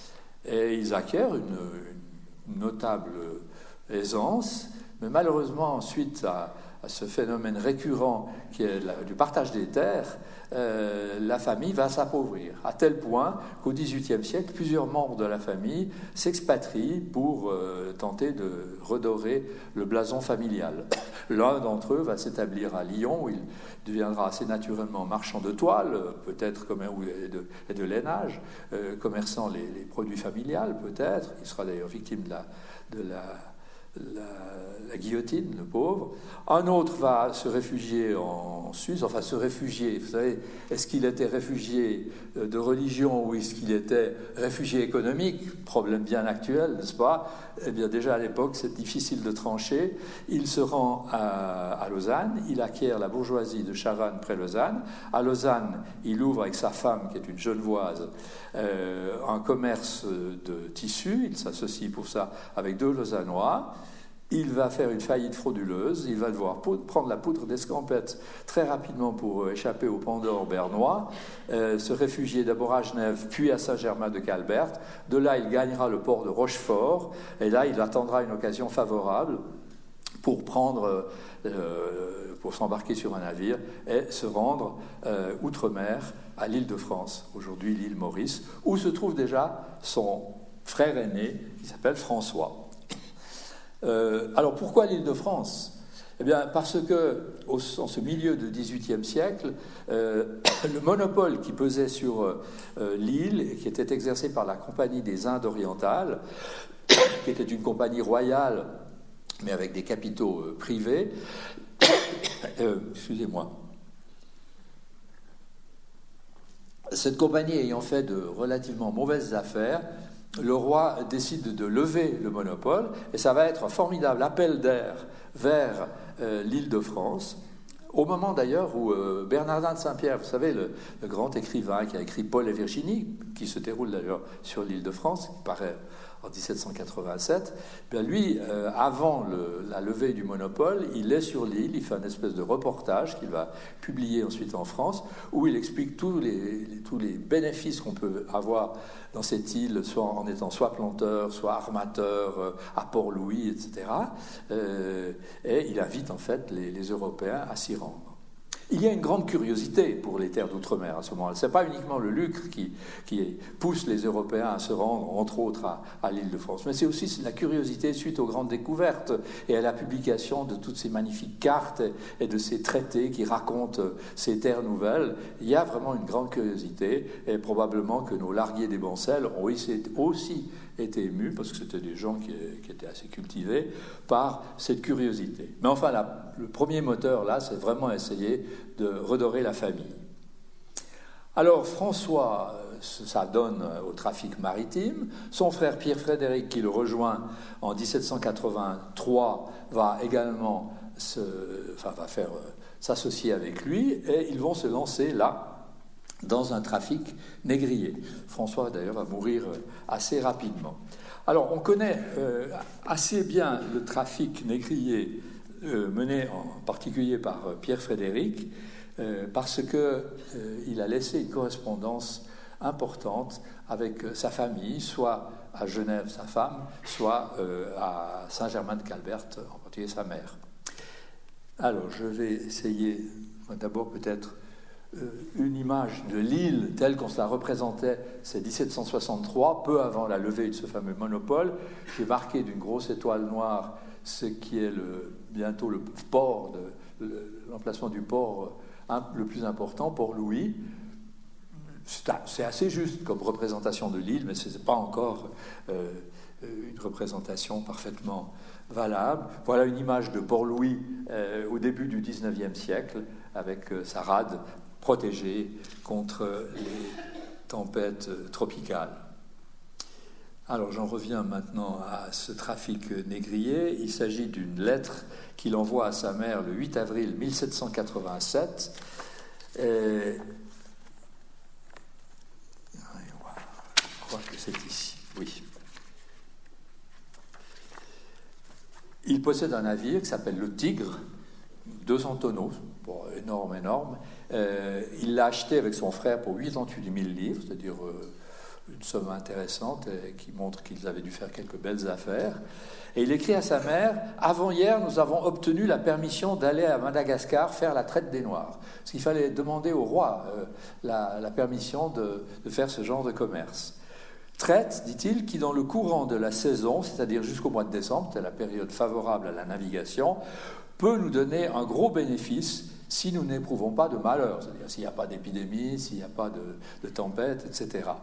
Et ils acquièrent une, une notable aisance, mais malheureusement, suite à à ce phénomène récurrent qui est la, du partage des terres, euh, la famille va s'appauvrir, à tel point qu'au dix-huitième siècle, plusieurs membres de la famille s'expatrient pour euh, tenter de redorer le blason familial. L'un d'entre eux va s'établir à Lyon, où il deviendra assez naturellement marchand de toile, peut-être comme, et, de, et de lainage, euh, commerçant les, les produits familiales, peut-être. Il sera d'ailleurs victime de la... De la La, la guillotine, le pauvre. Un autre va se réfugier en Suisse, enfin se réfugier, vous savez, est-ce qu'il était réfugié de religion ou est-ce qu'il était réfugié économique? Problème bien actuel, n'est-ce pas? Eh bien déjà à l'époque, c'est difficile de trancher. Il se rend à, à Lausanne, il acquiert la bourgeoisie de Chavannes près Lausanne. À Lausanne, il ouvre avec sa femme, qui est une Genevoise, euh, un commerce de tissus. Il s'associe pour ça avec deux Lausannois. Il va faire une faillite frauduleuse, il va devoir prendre la poudre d'escampette très rapidement pour échapper au Pandore bernois, euh, se réfugier d'abord à Genève, puis à Saint-Germain-de-Calbert. De là, il gagnera le port de Rochefort, et là, il attendra une occasion favorable pour prendre, euh, pour s'embarquer sur un navire et se rendre euh, outre-mer à l'île de France, aujourd'hui l'île Maurice, où se trouve déjà son frère aîné, qui s'appelle François. Euh, alors pourquoi l'île de France? Eh bien parce que, au, en ce milieu du dix-huitième siècle, euh, le monopole qui pesait sur euh, l'île, qui était exercé par la Compagnie des Indes orientales, qui était une compagnie royale, mais avec des capitaux euh, privés, euh, excusez-moi, cette compagnie ayant fait de relativement mauvaises affaires, le roi décide de lever le monopole, et ça va être un formidable appel d'air vers euh, l'île de France, au moment d'ailleurs où euh, Bernardin de Saint-Pierre, vous savez, le, le grand écrivain qui a écrit Paul et Virginie, qui se déroule d'ailleurs sur l'île de France, qui paraît en dix-sept cent quatre-vingt-sept, bien lui, euh, avant le, la levée du monopole, il est sur l'île, il fait une espèce de reportage qu'il va publier ensuite en France, où il explique tous les, les, tous les bénéfices qu'on peut avoir dans cette île, soit en étant soit planteur, soit armateur euh, à Port-Louis, et cetera. Euh, et il invite en fait les, les Européens à s'y rendre. Il y a une grande curiosité pour les terres d'outre-mer à ce moment-là. Ce n'est pas uniquement le lucre qui, qui pousse les Européens à se rendre, entre autres, à, à l'île de France, mais c'est aussi la curiosité suite aux grandes découvertes et à la publication de toutes ces magnifiques cartes et de ces traités qui racontent ces terres nouvelles. Il y a vraiment une grande curiosité, et probablement que nos Larguier des Bancel ont aussi été émus, parce que c'était des gens qui, qui étaient assez cultivés, par cette curiosité. Mais enfin, la, le premier moteur, là, c'est vraiment essayer de redorer la famille. Alors, François, ça donne au trafic maritime. Son frère Pierre-Frédéric, qui le rejoint en dix-sept cent quatre-vingt-trois, va également se, enfin, va faire, euh, s'associer avec lui, et ils vont se lancer là, dans un trafic négrier. François, d'ailleurs, va mourir assez rapidement. Alors, on connaît euh, assez bien le trafic négrier euh, mené en particulier par euh, Pierre-Frédéric, euh, parce qu'il euh, a laissé une correspondance importante avec euh, sa famille, soit à Genève, sa femme, soit euh, à Saint-Germain-de-Calbert, en particulier sa mère. Alors, je vais essayer, d'abord peut-être, une image de l'île telle qu'on se la représentait, c'est dix-sept cent soixante-trois, peu avant la levée de ce fameux monopole. J'ai marqué d'une grosse étoile noire ce qui est le, bientôt le port, de, l'emplacement du port hein, le plus important, Port-Louis. C'est assez juste comme représentation de l'île, mais ce n'est pas encore euh, une représentation parfaitement valable. Voilà une image de Port-Louis euh, au début du dix-neuvième siècle, avec euh, sa rade protégée contre les tempêtes tropicales. Alors j'en reviens maintenant à ce trafic négrier. Il s'agit d'une lettre qu'il envoie à sa mère le huit avril mille sept cent quatre-vingt-sept. Et... Je crois que c'est ici, oui. Il possède un navire qui s'appelle le Tigre, deux cents tonneaux, bon, énorme, énorme. Euh, il l'a acheté avec son frère pour quatre-vingt-huit mille livres, c'est-à-dire euh, une somme intéressante et qui montre qu'ils avaient dû faire quelques belles affaires. Et il écrit à sa mère « Avant-hier, nous avons obtenu la permission d'aller à Madagascar faire la traite des Noirs. » Parce qu'il fallait demander au roi euh, la, la permission de, de faire ce genre de commerce. Traite, dit-il, qui dans le courant de la saison, c'est-à-dire jusqu'au mois de décembre, c'est la période favorable à la navigation, peut nous donner un gros bénéfice si nous n'éprouvons pas de malheur, c'est-à-dire s'il n'y a pas d'épidémie, s'il n'y a pas de, de tempête, et cetera.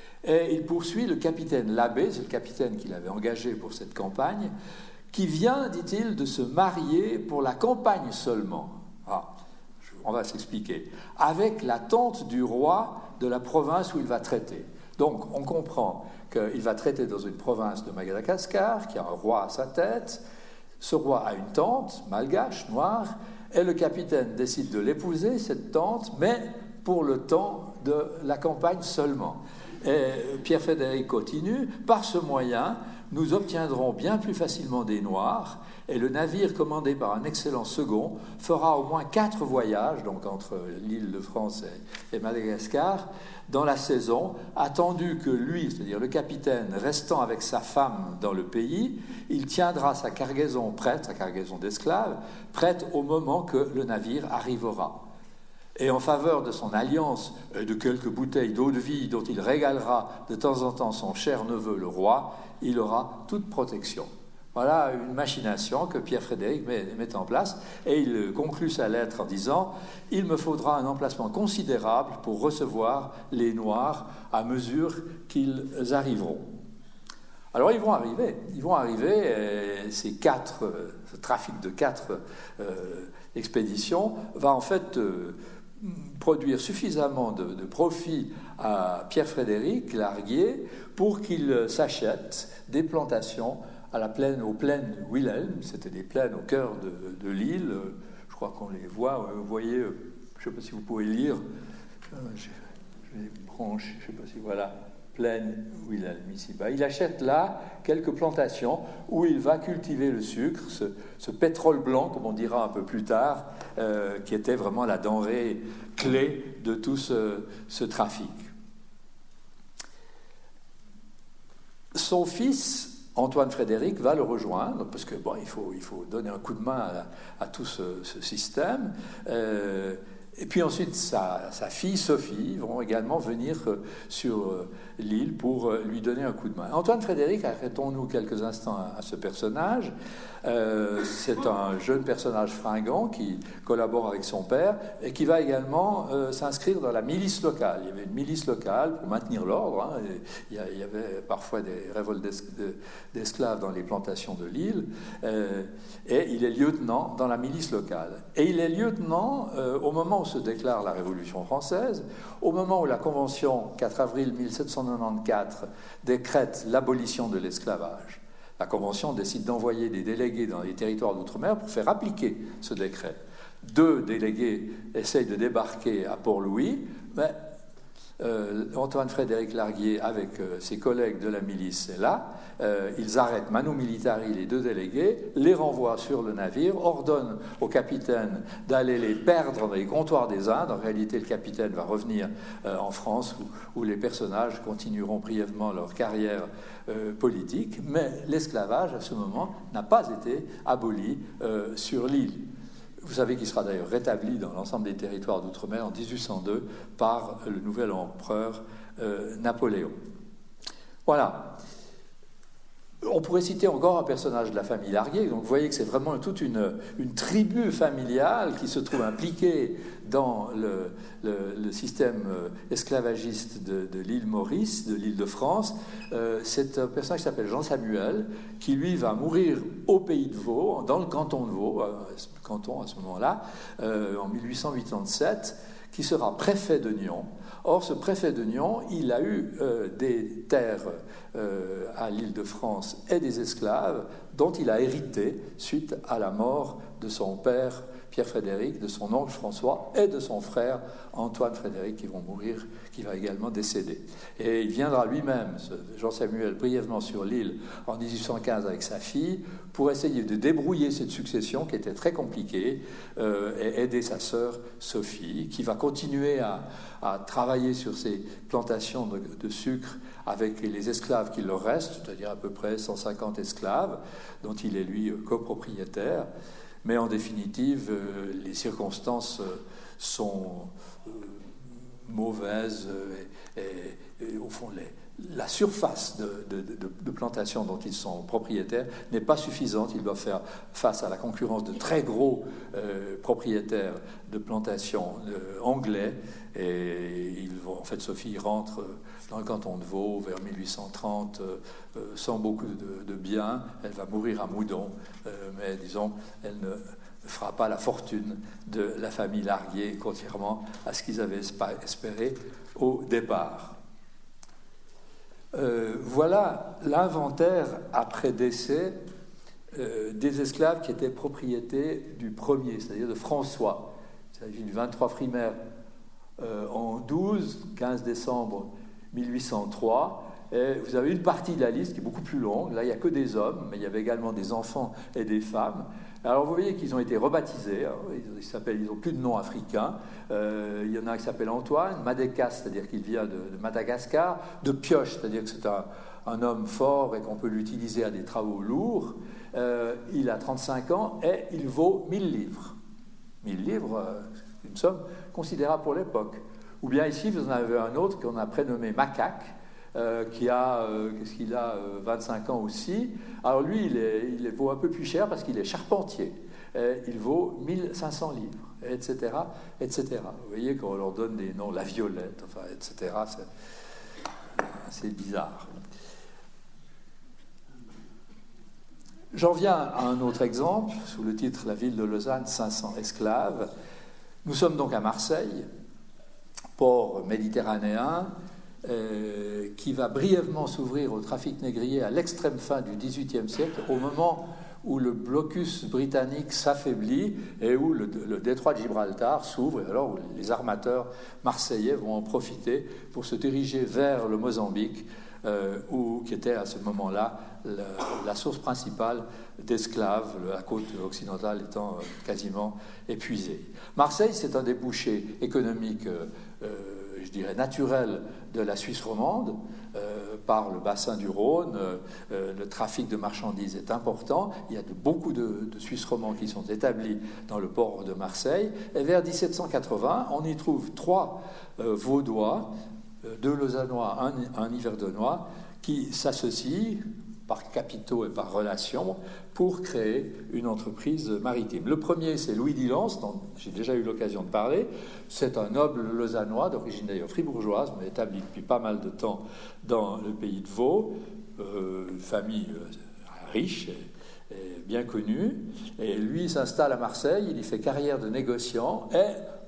Et il poursuit le capitaine Labbé, c'est le capitaine qu'il avait engagé pour cette campagne, qui vient, dit-il, de se marier pour la campagne seulement. Ah, on va s'expliquer. Avec la tante du roi de la province où il va traiter. Donc, on comprend qu'il va traiter dans une province de Madagascar, qui a un roi à sa tête. Ce roi a une tante, malgache, noire, et le capitaine décide de l'épouser, cette tante, mais pour le temps de la campagne seulement. Et Pierre-Frédéric continue, par ce moyen, nous obtiendrons bien plus facilement des Noirs, et le navire commandé par un excellent second fera au moins quatre voyages, donc entre l'île de France et Madagascar, dans la saison, attendu que lui, c'est-à-dire le capitaine, restant avec sa femme dans le pays, il tiendra sa cargaison prête, sa cargaison d'esclaves, prête au moment que le navire arrivera. Et en faveur de son alliance et de quelques bouteilles d'eau-de-vie dont il régalera de temps en temps son cher neveu le roi, il aura toute protection. Voilà une machination que Pierre-Frédéric met, met en place, et il conclut sa lettre en disant « Il me faudra un emplacement considérable pour recevoir les Noirs à mesure qu'ils arriveront. » Alors ils vont arriver, ils vont arriver, et ces quatre, ce trafic de quatre euh, expéditions va en fait euh, produire suffisamment de, de profit à Pierre-Frédéric Larguier pour qu'il s'achète des plantations à la plaine, aux plaines Wilhelm, c'était des plaines au cœur de, de l'île, je crois qu'on les voit, vous voyez, je ne sais pas si vous pouvez lire, j'ai les branches, je ne sais pas si, voilà, plaine Wilhelm, ici bas. Il achète là quelques plantations où il va cultiver le sucre, ce, ce pétrole blanc, comme on dira un peu plus tard, euh, qui était vraiment la denrée clé de tout ce, ce trafic. Son fils, Antoine Frédéric, va le rejoindre, parce que bon, il faut, il faut donner un coup de main à, à tout ce, ce système. Euh, et puis ensuite, sa, sa fille Sophie vont également venir sur l'île pour lui donner un coup de main. Antoine Frédéric, arrêtons-nous quelques instants à, à ce personnage. Euh, c'est un jeune personnage fringant qui collabore avec son père et qui va également euh, s'inscrire dans la milice locale. Il y avait une milice locale pour maintenir l'ordre. Hein, il, y a, il y avait parfois des révoltes d'esclaves dans les plantations de l'île. Euh, et il est lieutenant dans la milice locale. Et il est lieutenant euh, au moment où où se déclare la Révolution française, au moment où la Convention, quatre avril mille sept cent quatre-vingt-quatorze, décrète l'abolition de l'esclavage. La Convention décide d'envoyer des délégués dans les territoires d'outre-mer pour faire appliquer ce décret. Deux délégués essayent de débarquer à Port-Louis, mais euh, Antoine-Frédéric Larguier, avec euh, ses collègues de la milice, est là. Euh, ils arrêtent manu militari les deux délégués, les renvoient sur le navire, ordonnent au capitaine d'aller les perdre dans les comptoirs des Indes. En réalité, le capitaine va revenir euh, en France, où, où les personnages continueront brièvement leur carrière euh, politique, mais l'esclavage, à ce moment, n'a pas été aboli euh, sur l'île. Vous savez qu'il sera d'ailleurs rétabli dans l'ensemble des territoires d'outre-mer en dix-huit cent deux par le nouvel empereur euh, Napoléon. Voilà. On pourrait citer encore un personnage de la famille Larguier. Donc vous voyez que c'est vraiment toute une, une tribu familiale qui se trouve impliquée dans le, le, le système esclavagiste de, de l'île Maurice, de l'île de France. Euh, c'est un personnage qui s'appelle Jean Samuel, qui lui va mourir au pays de Vaud, dans le canton de Vaud, euh, canton à ce moment-là, euh, en mille huit cent quatre-vingt-sept, qui sera préfet de Nyon. Or, ce préfet de Nyon, il a eu euh, des terres euh, à l'Île-de-France et des esclaves dont il a hérité suite à la mort de son père Pierre-Frédéric, de son oncle François et de son frère Antoine-Frédéric, qui vont mourir, qui va également décéder. Et il viendra lui-même, Jean-Samuel, brièvement sur l'île en dix-huit cent quinze avec sa fille, pour essayer de débrouiller cette succession qui était très compliquée, euh, et aider sa sœur Sophie, qui va continuer à, à travailler sur ces plantations de, de sucre avec les esclaves qui leur restent, c'est-à-dire à peu près cent cinquante esclaves, dont il est lui copropriétaire. Mais en définitive, euh, les circonstances euh, sont euh, mauvaises euh, et, et, et au fond, les, la surface de, de, de, de plantation dont ils sont propriétaires n'est pas suffisante. Ils doivent faire face à la concurrence de très gros euh, propriétaires de plantations euh, anglais. Et ils vont, en fait, Sophie rentre dans le canton de Vaud vers mille huit cent trente euh, sans beaucoup de, de biens. Elle va mourir à Moudon, euh, mais disons, elle ne fera pas la fortune de la famille Larguier, contrairement à ce qu'ils avaient espéré au départ. Euh, voilà l'inventaire après décès euh, des esclaves qui étaient propriétés du premier, c'est-à-dire de François. Il s'agit du vingt-trois Frimaire euh, en douze, quinze décembre mille huit cent trois. Et vous avez une partie de la liste qui est beaucoup plus longue. Là, il n'y a que des hommes, mais il y avait également des enfants et des femmes. Alors, vous voyez qu'ils ont été rebaptisés. Ils s'appellent, ils n'ont plus de nom africain. Euh, il y en a un qui s'appelle Antoine, Madécas, c'est-à-dire qu'il vient de, de Madagascar, de Pioche, c'est-à-dire que c'est un, un homme fort et qu'on peut l'utiliser à des travaux lourds. Euh, il a trente-cinq ans et il vaut mille livres. mille livres, euh, c'est une somme considérable pour l'époque. Ou bien ici, vous en avez un autre qu'on a prénommé Macaque, Euh, qui a, euh, qu'est-ce qu'il a, euh, vingt-cinq ans aussi. Alors lui, il, est, il vaut un peu plus cher parce qu'il est charpentier. Et il vaut mille cinq cents livres, et cetera, et cetera. Vous voyez qu'on leur donne des noms, la Violette, enfin, et cetera. C'est, c'est bizarre. J'en viens à un autre exemple, sous le titre « La ville de Lausanne, cinq cents esclaves ». Nous sommes donc à Marseille, port méditerranéen, Euh, qui va brièvement s'ouvrir au trafic négrier à l'extrême fin du dix-huitième siècle, au moment où le blocus britannique s'affaiblit et où le, le détroit de Gibraltar s'ouvre, et alors où les armateurs marseillais vont en profiter pour se diriger vers le Mozambique, euh, où, qui était à ce moment-là la, la source principale d'esclaves, la côte occidentale étant euh, quasiment épuisée. Marseille, c'est un débouché économique euh, euh, je dirais, naturel de la Suisse romande, euh, par le bassin du Rhône. Euh, le trafic de marchandises est important. Il y a de, beaucoup de, de Suisses romands qui sont établis dans le port de Marseille. Et vers dix-sept cent quatre-vingts, on y trouve trois euh, Vaudois, euh, deux Lausannois, un, un Yverdonnois, qui s'associent par capitaux et par relations pour créer une entreprise maritime. Le premier, c'est Louis Dillance, dont j'ai déjà eu l'occasion de parler. C'est un noble lausannois, d'origine d'ailleurs fribourgeoise, mais établi depuis pas mal de temps dans le pays de Vaud, euh, une famille euh, riche et, et bien connue. Et lui, il s'installe à Marseille, il y fait carrière de négociant, et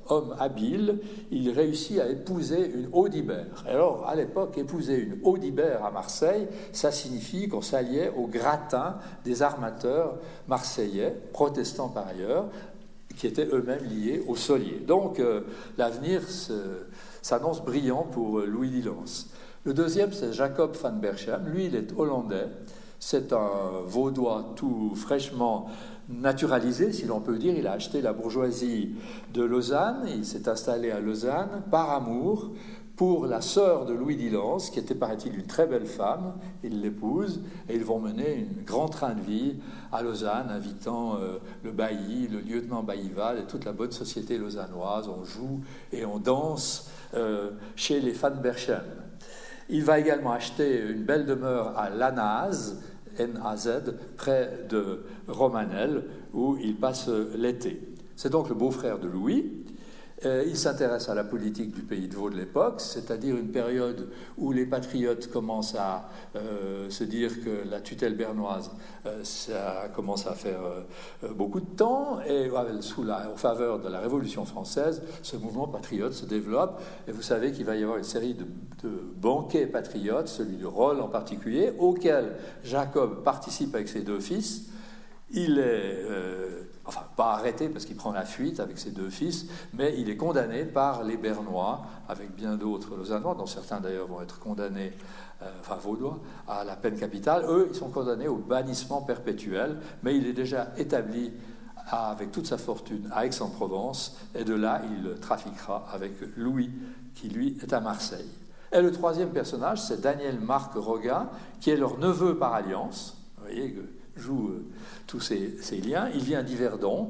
homme habile, il réussit à épouser une Audibert. Alors, à l'époque, épouser une Audibert à Marseille, ça signifie qu'on s'alliait au gratin des armateurs marseillais, protestants par ailleurs, qui étaient eux-mêmes liés aux Soliers. Donc, euh, l'avenir se, s'annonce brillant pour Louis Dillens. Le deuxième, c'est Jacob van Berchem. Lui, il est hollandais. C'est un Vaudois tout fraîchement naturalisé, si l'on peut dire. Il a acheté la bourgeoisie de Lausanne. Il s'est installé à Lausanne par amour pour la sœur de Louis Dillens, qui était, paraît-il, une très belle femme. Il l'épouse et ils vont mener un grand train de vie à Lausanne, invitant euh, le bailli, le lieutenant Baillival et toute la bonne société lausannoise. On joue et on danse euh, chez les Van Berchem. Il va également acheter une belle demeure à Lanaz, N A Z, près de Romanel, où il passe l'été. C'est donc le beau-frère de Louis. Euh, il s'intéresse à la politique du pays de Vaud de l'époque, c'est-à-dire une période où les patriotes commencent à euh, se dire que la tutelle bernoise, euh, ça commence à faire euh, beaucoup de temps, et euh, sous la, en faveur de la Révolution française, ce mouvement patriote se développe, et vous savez qu'il va y avoir une série de, de banquets patriotes, celui de Rolle en particulier, auquel Jacob participe avec ses deux fils. Il est, euh, enfin, pas arrêté parce qu'il prend la fuite avec ses deux fils, mais il est condamné par les Bernois, avec bien d'autres Lausannois, dont certains d'ailleurs vont être condamnés, euh, enfin vaudois, à la peine capitale. Eux, ils sont condamnés au bannissement perpétuel, mais il est déjà établi à, avec toute sa fortune à Aix-en-Provence, et de là, il trafiquera avec Louis, qui lui est à Marseille. Et le troisième personnage, c'est Daniel Marc Roguin, qui est leur neveu par alliance. Vous voyez que joue euh, tous ces, ces liens. Il vient d'Yverdon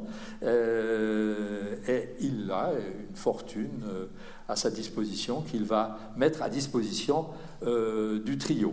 euh, et il a une fortune euh, à sa disposition qu'il va mettre à disposition euh, du trio.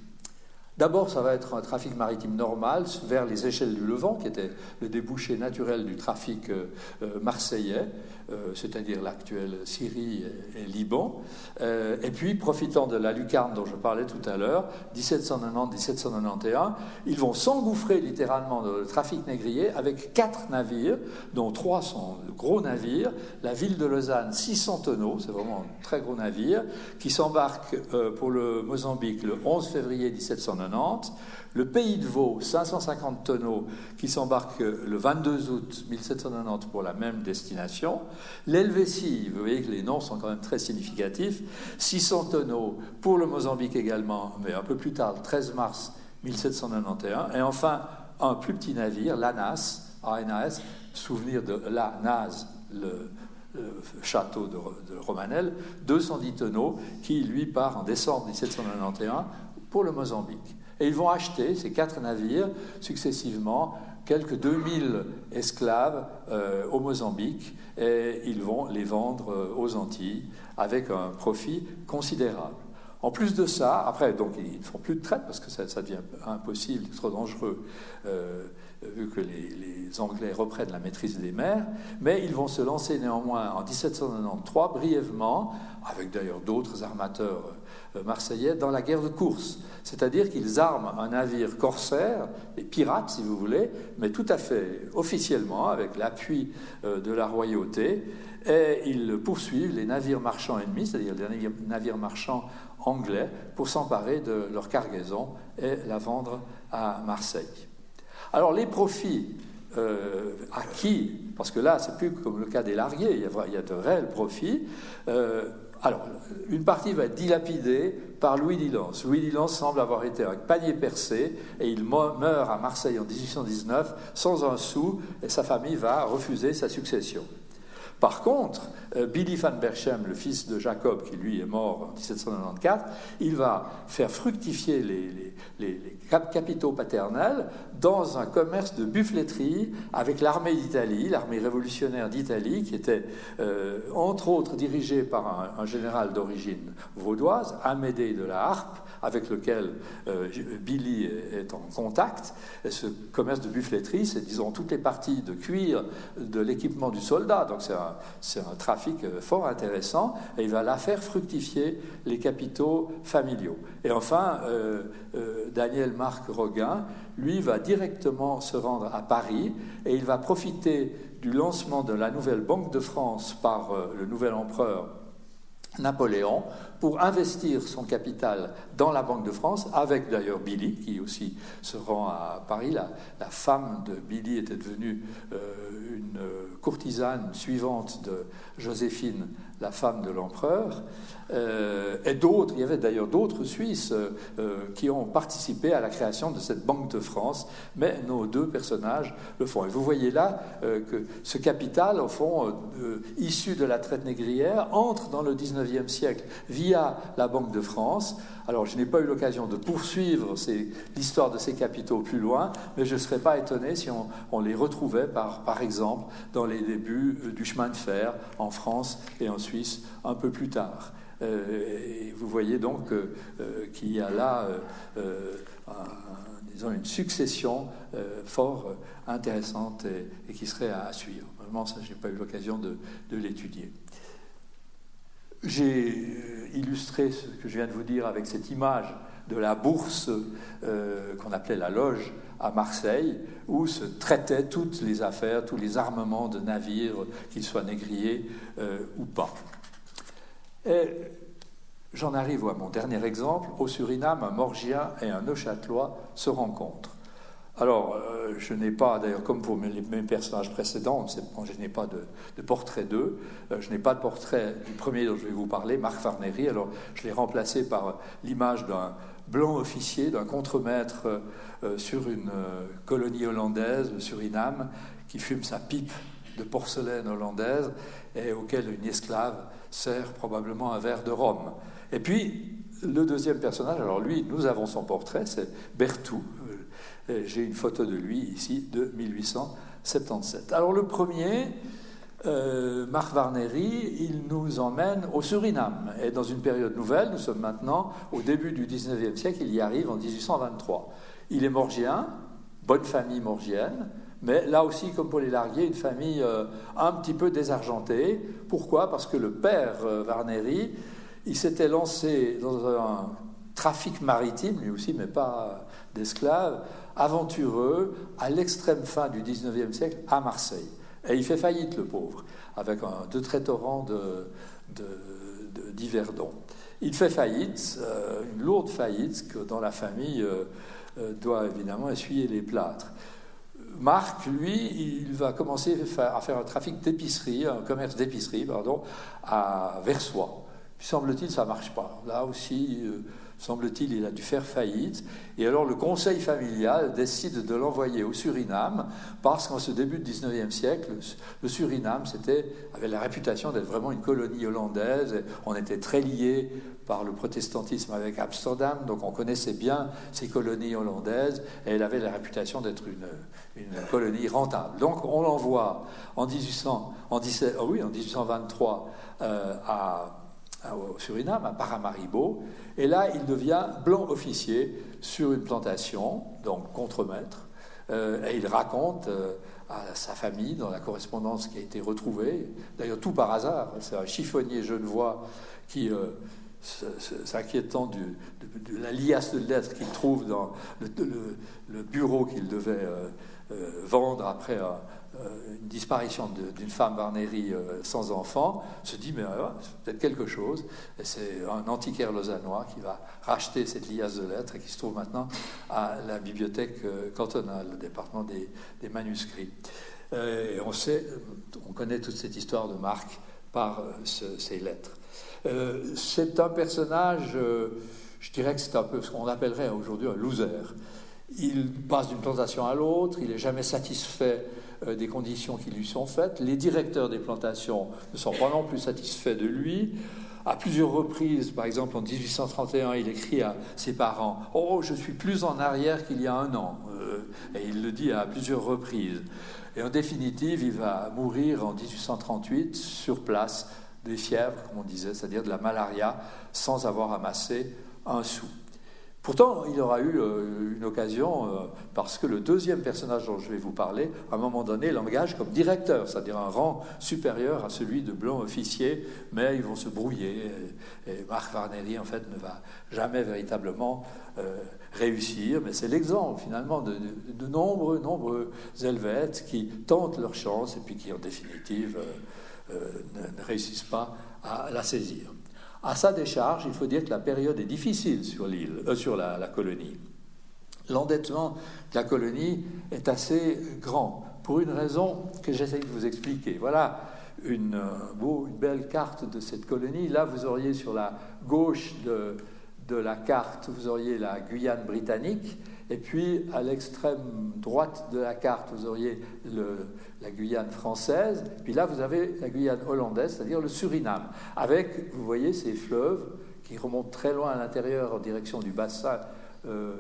D'abord, ça va être un trafic maritime normal vers les échelles du Levant, qui était le débouché naturel du trafic euh, marseillais, euh, c'est-à-dire l'actuelle Syrie et, et Liban. Euh, et puis, profitant de la lucarne dont je parlais tout à l'heure, dix-sept cent quatre-vingt-dix à dix-sept cent quatre-vingt-onze, ils vont s'engouffrer littéralement dans le trafic négrier avec quatre navires, dont trois sont de gros navires. La ville de Lausanne, six cents tonneaux, c'est vraiment un très gros navire, qui s'embarque euh, pour le Mozambique le onze février dix-sept cent quatre-vingt-dix. Le pays de Vaud, cinq cent cinquante tonneaux qui s'embarquent le vingt-deux août mille sept cent quatre-vingt-dix pour la même destination. L'Helvétie, vous voyez que les noms sont quand même très significatifs, six cents tonneaux pour le Mozambique également, mais un peu plus tard, le treize mars mille sept cent quatre-vingt-onze. Et enfin, un plus petit navire, l'Anas, A N A S, souvenir de la Naz, le, le château de, de Romanel, deux cent dix tonneaux, qui lui part en décembre mille sept cent quatre-vingt-onze pour le Mozambique. Et ils vont acheter, ces quatre navires, successivement, quelques deux mille esclaves euh, au Mozambique, et ils vont les vendre euh, aux Antilles avec un profit considérable. En plus de ça, après, donc, ils ne font plus de traite parce que ça, ça devient impossible, trop dangereux, euh, vu que les, les Anglais reprennent la maîtrise des mers, mais ils vont se lancer néanmoins en dix-sept cent quatre-vingt-treize, brièvement, avec d'ailleurs d'autres armateurs marseillais, dans la guerre de course. C'est-à-dire qu'ils arment un navire corsaire, des pirates si vous voulez, mais tout à fait officiellement, avec l'appui de la royauté, et ils poursuivent les navires marchands ennemis, c'est-à-dire les navires marchands anglais, pour s'emparer de leur cargaison et la vendre à Marseille. Alors les profits euh, acquis, parce que là c'est plus comme le cas des largués, il y a, il y a de réels profits, euh, alors, une partie va être dilapidée par Louis Dillens. Louis Dillens semble avoir été un panier percé et il meurt à Marseille en dix-huit cent dix-neuf sans un sou et sa famille va refuser sa succession. Par contre, Billy van Berchem, le fils de Jacob, qui lui est mort en dix-sept cent quatre-vingt-quatorze, il va faire fructifier les, les, les, les capitaux paternels dans un commerce de buffleterie avec l'armée d'Italie, l'armée révolutionnaire d'Italie, qui était euh, entre autres dirigée par un, un général d'origine vaudoise, Amédée de la Harpe, avec lequel euh, Billy est en contact. Et ce commerce de buffleterie, c'est, disons, toutes les parties de cuir de l'équipement du soldat. Donc c'est un, c'est un trafic fort intéressant, et il va là faire fructifier les capitaux familiaux. Et enfin, euh, euh, Daniel Marc Roguin, lui, va directement se rendre à Paris, et il va profiter du lancement de la nouvelle Banque de France par euh, le nouvel empereur Napoléon pour investir son capital dans la Banque de France, avec d'ailleurs Billy, qui aussi se rend à Paris. La, la femme de Billy était devenue euh, une courtisane suivante de Joséphine, la femme de l'empereur. Euh, et d'autres, il y avait d'ailleurs d'autres Suisses euh, qui ont participé à la création de cette Banque de France, mais nos deux personnages le font. Et vous voyez là euh, que ce capital, au fond, euh, issu de la traite négrière, entre dans le dix-neuvième siècle via la Banque de France. Alors, je n'ai pas eu l'occasion de poursuivre ces, l'histoire de ces capitaux plus loin, mais je ne serais pas étonné si on, on les retrouvait, par, par exemple, dans les débuts du chemin de fer en France et en Suisse un peu plus tard. Euh, et vous voyez donc euh, euh, qu'il y a là euh, euh, un, disons une succession euh, fort euh, intéressante et, et qui serait à, à suivre. Vraiment, ça, je n'ai pas eu l'occasion de, de l'étudier. J'ai illustré ce que je viens de vous dire avec cette image de la bourse euh, qu'on appelait la loge à Marseille, où se traitaient toutes les affaires, tous les armements de navires, qu'ils soient négriers euh, ou pas. Et j'en arrive à mon dernier exemple. Au Suriname, un Morgien et un Neuchâtelois se rencontrent. Alors, euh, je n'ai pas, d'ailleurs, comme pour mes, mes personnages précédents, je n'ai pas de, de portrait d'eux, euh, je n'ai pas de portrait du premier dont je vais vous parler, Marc Varneri. Alors, je l'ai remplacé par l'image d'un blanc officier, d'un contremaître euh, sur une euh, colonie hollandaise, le Suriname, qui fume sa pipe de porcelaine hollandaise et auquel une esclave sert probablement un verre de rhum. Et puis, le deuxième personnage, alors lui, nous avons son portrait, c'est Berthoud. J'ai une photo de lui ici, de mille huit cent soixante-dix-sept. Alors le premier, euh, Marc Varneri, il nous emmène au Suriname. Et dans une période nouvelle, nous sommes maintenant au début du dix-neuvième siècle, il y arrive en dix-huit cent vingt-trois. Il est morgien, bonne famille morgienne, mais là aussi, comme pour les Larguier, une famille euh, un petit peu désargentée. Pourquoi ? Parce que le père euh, Varneri, il s'était lancé dans un trafic maritime, lui aussi, mais pas d'esclaves, aventureux, à l'extrême fin du dix-neuvième siècle, à Marseille. Et il fait faillite, le pauvre, avec un deux traits torrents de, de, de, d'Yverdon. Il fait faillite, euh, une lourde faillite, que dans la famille euh, euh, doit évidemment essuyer les plâtres. Marc, lui, il va commencer à faire un trafic d'épicerie, un commerce d'épicerie, pardon, à Versoix. Puis semble-t-il, ça ne marche pas. Là aussi, euh, semble-t-il, il a dû faire faillite. Et alors le conseil familial décide de l'envoyer au Suriname, parce qu'en ce début du dix-neuvième siècle, le Suriname c'était, avait la réputation d'être vraiment une colonie hollandaise. Et on était très liés par le protestantisme avec Amsterdam, donc on connaissait bien ces colonies hollandaises, et elle avait la réputation d'être une, une colonie rentable. Donc on l'envoie en, dix-huit cents, en, dix-sept, oh oui, en dix-huit cent vingt-trois euh, à au Suriname, à Paramaribo, et là, il devient blanc officier sur une plantation, donc contremaître, euh, et il raconte euh, à sa famille, dans la correspondance qui a été retrouvée, d'ailleurs tout par hasard, c'est un chiffonnier genevois qui, euh, s'inquiétant du, de, de la liasse de lettres qu'il trouve dans le, le, le bureau qu'il devait euh, euh, vendre après un, une disparition de, d'une femme Varneri euh, sans enfant, se dit mais euh, c'est peut-être quelque chose, et c'est un antiquaire lausannois qui va racheter cette liasse de lettres et qui se trouve maintenant à la bibliothèque euh, cantonale, le département des, des manuscrits. Euh, et on sait, on connaît toute cette histoire de Marc par euh, ce, ces lettres. Euh, c'est un personnage, euh, je dirais que c'est un peu ce qu'on appellerait aujourd'hui un loser. Il passe d'une plantation à l'autre, il n'est jamais satisfait euh, des conditions qui lui sont faites. Les directeurs des plantations ne sont pas non plus satisfaits de lui. À plusieurs reprises, par exemple en dix-huit cent trente et un, il écrit à ses parents « Oh, je suis plus en arrière qu'il y a un an euh, ». Et il le dit à plusieurs reprises. Et en définitive, il va mourir en dix-huit cent trente-huit sur place des fièvres, comme on disait, c'est-à-dire de la malaria, sans avoir amassé un sou. Pourtant, il aura eu euh, une occasion, euh, parce que le deuxième personnage dont je vais vous parler, à un moment donné, l'engage comme directeur, c'est-à-dire un rang supérieur à celui de blanc officier, mais ils vont se brouiller. Et, et Marc Warneri, en fait, ne va jamais véritablement euh, réussir. Mais c'est l'exemple, finalement, de, de, de nombreux, nombreux Helvètes qui tentent leur chance et puis qui, en définitive, euh, euh, ne, ne réussissent pas à la saisir. À sa décharge, il faut dire que la période est difficile sur l'île, euh, sur la, la colonie. L'endettement de la colonie est assez grand, pour une raison que j'essaie de vous expliquer. Voilà une, euh, beau, une belle carte de cette colonie. Là, vous auriez sur la gauche de, de la carte, vous auriez la Guyane britannique, et puis à l'extrême droite de la carte, vous auriez le, la Guyane française, puis là, vous avez la Guyane hollandaise, c'est-à-dire le Suriname, avec, vous voyez, ces fleuves qui remontent très loin à l'intérieur en direction du bassin euh,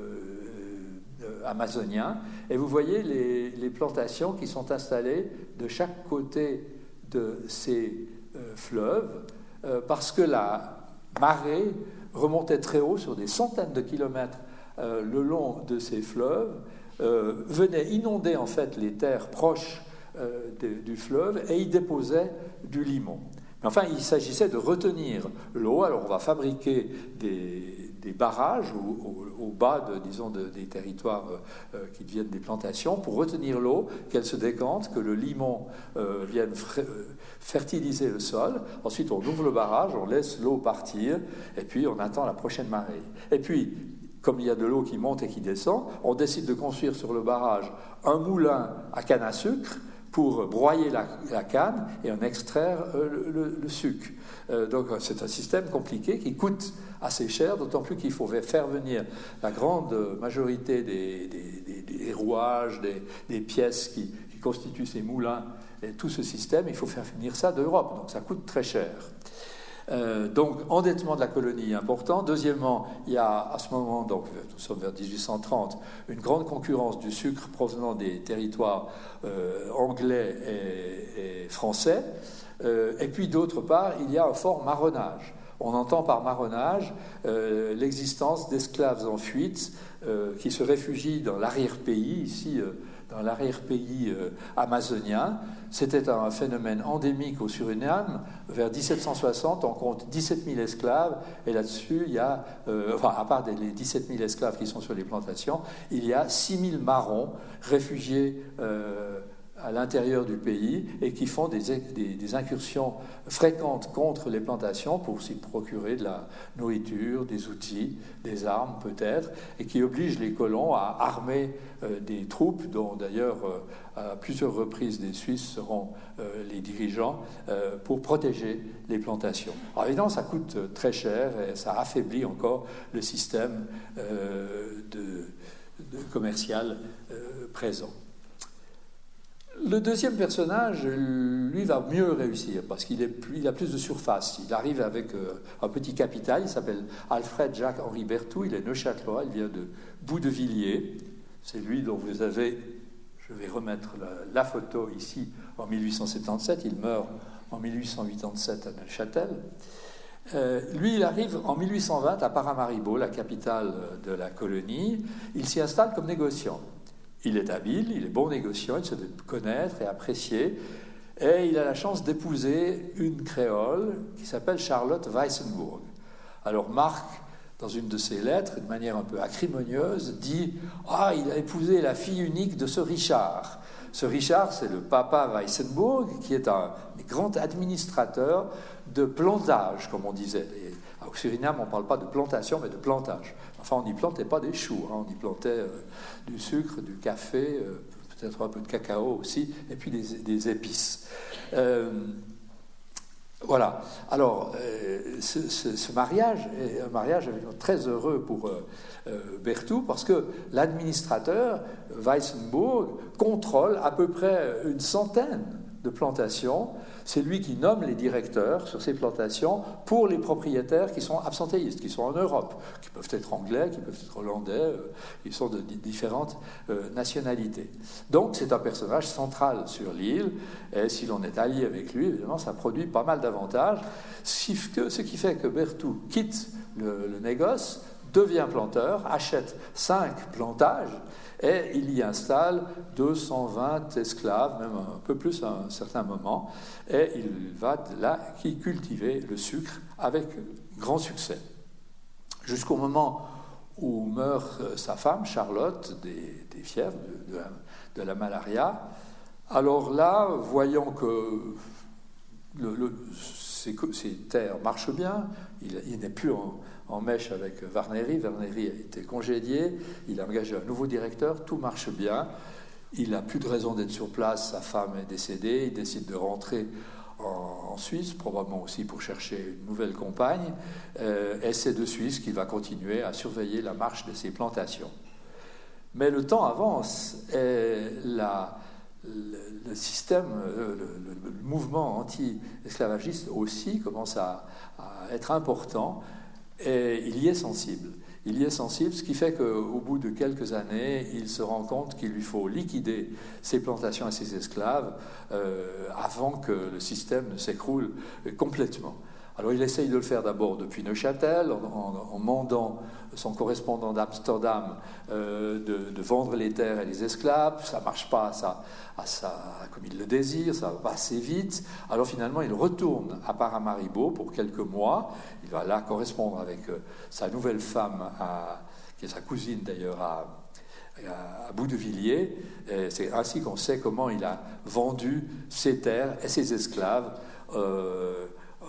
euh, amazonien, et vous voyez les, les plantations qui sont installées de chaque côté de ces euh, fleuves, euh, parce que la marée remontait très haut sur des centaines de kilomètres euh, le long de ces fleuves, euh, venait inonder en fait les terres proches euh, de, du fleuve et y déposait du limon. Mais enfin, il s'agissait de retenir l'eau. Alors, on va fabriquer des, des barrages au, au, au bas, de, disons, de, des territoires euh, qui deviennent des plantations pour retenir l'eau, qu'elle se décante, que le limon euh, vienne fr- fertiliser le sol. Ensuite, on ouvre le barrage, on laisse l'eau partir, et puis on attend la prochaine marée. Et puis, comme il y a de l'eau qui monte et qui descend, on décide de construire sur le barrage un moulin à canne à sucre pour broyer la, la canne et en extraire euh, le, le, le sucre. Euh, donc c'est un système compliqué qui coûte assez cher, d'autant plus qu'il faut faire venir la grande majorité des, des, des, des rouages, des, des pièces qui, qui constituent ces moulins, et tout ce système, il faut faire venir ça d'Europe, donc ça coûte très cher. Euh, donc, endettement de la colonie important. Deuxièmement, il y a à ce moment, donc nous sommes vers dix-huit cent trente, une grande concurrence du sucre provenant des territoires euh, anglais et, et français. Euh, et puis, d'autre part, il y a un fort marronnage. On entend par marronnage euh, l'existence d'esclaves en fuite euh, qui se réfugient dans l'arrière-pays, ici, euh, dans l'arrière-pays euh, amazonien. C'était un phénomène endémique au Suriname. Vers dix-sept cent soixante, on compte dix-sept mille esclaves, et là-dessus, il y a, euh, enfin, à part les dix-sept mille esclaves qui sont sur les plantations, il y a six mille marrons réfugiés euh, à l'intérieur du pays et qui font des, des, des incursions fréquentes contre les plantations pour s'y procurer de la nourriture, des outils, des armes peut-être, et qui obligent les colons à armer euh, des troupes, dont d'ailleurs euh, à plusieurs reprises des Suisses seront euh, les dirigeants, euh, pour protéger les plantations. Alors évidemment, ça coûte très cher et ça affaiblit encore le système euh, de, de commercial euh, présent. Le deuxième personnage, lui, va mieux réussir parce qu'il est plus, il a plus de surface. Il arrive avec euh, un petit capital. Il s'appelle Alfred Jacques-Henri Berthoud. Il est neuchâtelois. Il vient de Boudevilliers. C'est lui dont vous avez, je vais remettre la, la photo ici, en mille huit cent soixante-dix-sept. Il meurt en mille huit cent quatre-vingt-dix-sept à Neuchâtel. Euh, lui, il arrive en mille huit cent vingt à Paramaribo, la capitale de la colonie. Il s'y installe comme négociant. Il est habile, il est bon négociant, il se fait connaître et apprécier, et il a la chance d'épouser une créole qui s'appelle Charlotte Weissenburg. Alors Marc, dans une de ses lettres, de manière un peu acrimonieuse, dit « Ah, il a épousé la fille unique de ce Richard ». Ce Richard, c'est le papa Weissenburg, qui est un grand administrateur de plantage, comme on disait. Et au Suriname, on ne parle pas de plantation, mais de plantage. Enfin, on n'y plantait pas des choux, hein, on y plantait euh, du sucre, du café, euh, peut-être un peu de cacao aussi, et puis des, des épices. Euh, voilà. Alors, euh, ce, ce, ce mariage est un mariage très heureux pour euh, euh, Berthoud, parce que l'administrateur, Weissenburg, contrôle à peu près une centaine de plantations. C'est lui qui nomme les directeurs sur ces plantations pour les propriétaires qui sont absentéistes, qui sont en Europe, qui peuvent être anglais, qui peuvent être hollandais, euh, ils sont de différentes euh, nationalités. Donc c'est un personnage central sur l'île, et si l'on est allié avec lui, évidemment, ça produit pas mal d'avantages, ce qui fait que Berthoud quitte le, le négoce, devient planteur, achète cinq plantages et il y installe deux cent vingt esclaves, même un peu plus à un certain moment, et il va de là y cultiver le sucre avec grand succès. Jusqu'au moment où meurt sa femme, Charlotte, des, des fièvres, de, de, la, de la malaria. Alors là, voyant que le, le, ses, ses terres marchent bien, il, il n'est plus en, en mèche avec Varneri. Varneri a été congédié, il a engagé un nouveau directeur, tout marche bien. Il n'a plus de raison d'être sur place, sa femme est décédée, il décide de rentrer en, en Suisse, probablement aussi pour chercher une nouvelle compagne, euh, et c'est de Suisse qu'il va continuer à surveiller la marche de ses plantations. Mais le temps avance et la, le, le système, le, le, le mouvement anti-esclavagiste aussi commence à, à être important et il y est sensible. Il y est sensible, ce qui fait qu'au bout de quelques années, il se rend compte qu'il lui faut liquider ses plantations et ses esclaves euh, avant que le système ne s'écroule complètement. Alors il essaye de le faire d'abord depuis Neuchâtel, en, en, en mandant son correspondant d'Amsterdam euh, de, de vendre les terres et les esclaves. Ça ne marche pas à sa, à sa, comme il le désire, ça va pas assez vite. Alors finalement, il retourne à Paramaribo pour quelques mois. Il va là correspondre avec euh, sa nouvelle femme, à, qui est sa cousine d'ailleurs, à, à Boudevilliers. Et c'est ainsi qu'on sait comment il a vendu ses terres et ses esclaves euh,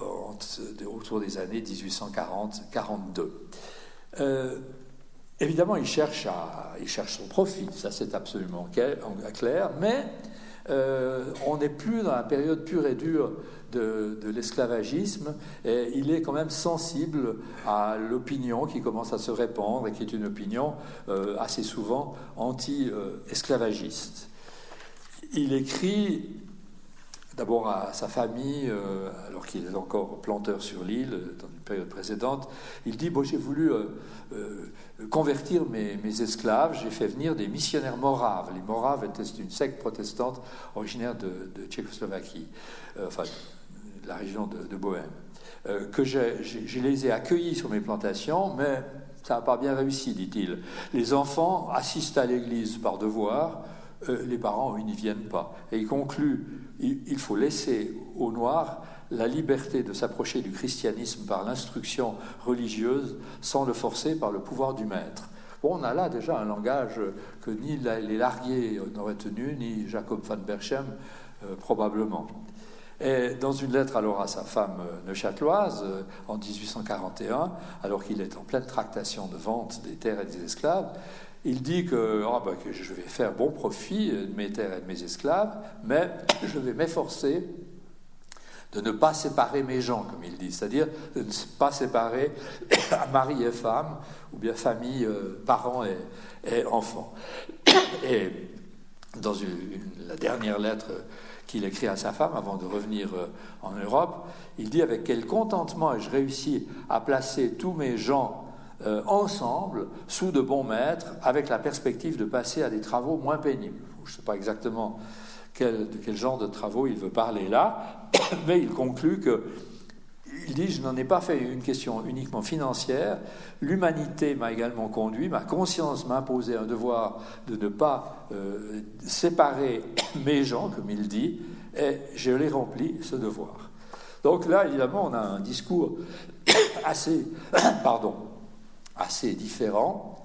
autour des années dix-huit cent quarante quarante-deux. Euh, évidemment, il cherche, à, il cherche son profit, ça c'est absolument clair, mais euh, on n'est plus dans la période pure et dure de, de l'esclavagisme, et il est quand même sensible à l'opinion qui commence à se répandre, et qui est une opinion euh, assez souvent anti-esclavagiste. Il écrit d'abord à sa famille, euh, alors qu'il est encore planteur sur l'île, dans une période précédente. Il dit, bon, j'ai voulu euh, euh, convertir mes, mes esclaves, j'ai fait venir des missionnaires moraves. Les moraves étaient une secte protestante originaire de, de Tchécoslovaquie, euh, enfin, de la région de, de Bohême, euh, que j'ai, j'ai, je les ai accueillis sur mes plantations, mais ça n'a pas bien réussi, dit-il. Les enfants assistent à l'église par devoir, euh, les parents, eux, n'y viennent pas. Et il conclut, il faut laisser aux Noirs la liberté de s'approcher du christianisme par l'instruction religieuse sans le forcer par le pouvoir du maître. Bon, on a là déjà un langage que ni les Larguier n'auraient tenu, ni Jacob van Berchem, euh, probablement. Et dans une lettre alors à sa femme neuchâteloise, euh, en dix-huit cent quarante et un, alors qu'il est en pleine tractation de vente des terres et des esclaves, il dit que, oh ben, que je vais faire bon profit de mes terres et de mes esclaves, mais je vais m'efforcer de ne pas séparer mes gens, comme il dit, c'est-à-dire de ne pas séparer mari et femme, ou bien famille, euh, parents et, et enfants. Et dans une, une, la dernière lettre qu'il écrit à sa femme avant de revenir euh, en Europe, il dit avec quel contentement ai-je réussi à placer tous mes gens Euh, ensemble, sous de bons maîtres, avec la perspective de passer à des travaux moins pénibles. Je ne sais pas exactement quel, de quel genre de travaux il veut parler là, mais il conclut que, il dit, je n'en ai pas fait une question uniquement financière, l'humanité m'a également conduit, ma conscience m'a imposé un devoir de ne pas euh, séparer mes gens, comme il dit, et je l'ai rempli, ce devoir. Donc là, évidemment, on a un discours assez... pardon assez différent,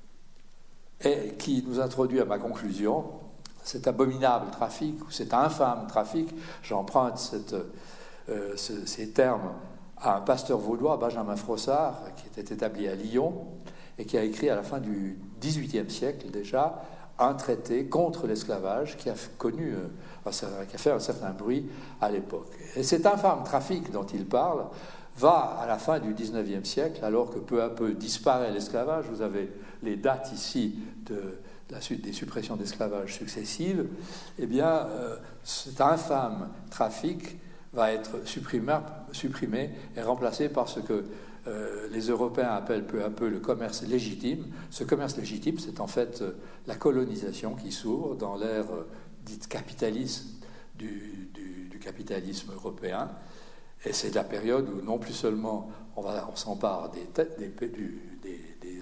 et qui nous introduit à ma conclusion, cet abominable trafic, ou cet infâme trafic, j'emprunte cette, euh, ce, ces termes à un pasteur vaudois, Benjamin Frossard, qui était établi à Lyon, et qui a écrit à la fin du dix-huitième siècle déjà, un traité contre l'esclavage qui a connu, euh, qui a fait un certain bruit à l'époque. Et cet infâme trafic dont il parle va à la fin du dix-neuvième siècle, alors que peu à peu disparaît l'esclavage. Vous avez les dates ici de, de la suite des suppressions d'esclavage successives. Eh bien, euh, cet infâme trafic va être supprimé, supprimé et remplacé par ce que euh, les Européens appellent peu à peu le commerce légitime. Ce commerce légitime, c'est en fait euh, la colonisation qui s'ouvre dans l'ère euh, dite capitaliste du, du, du capitalisme européen. Et c'est la période où non plus seulement on, va, on s'empare des, des, des, des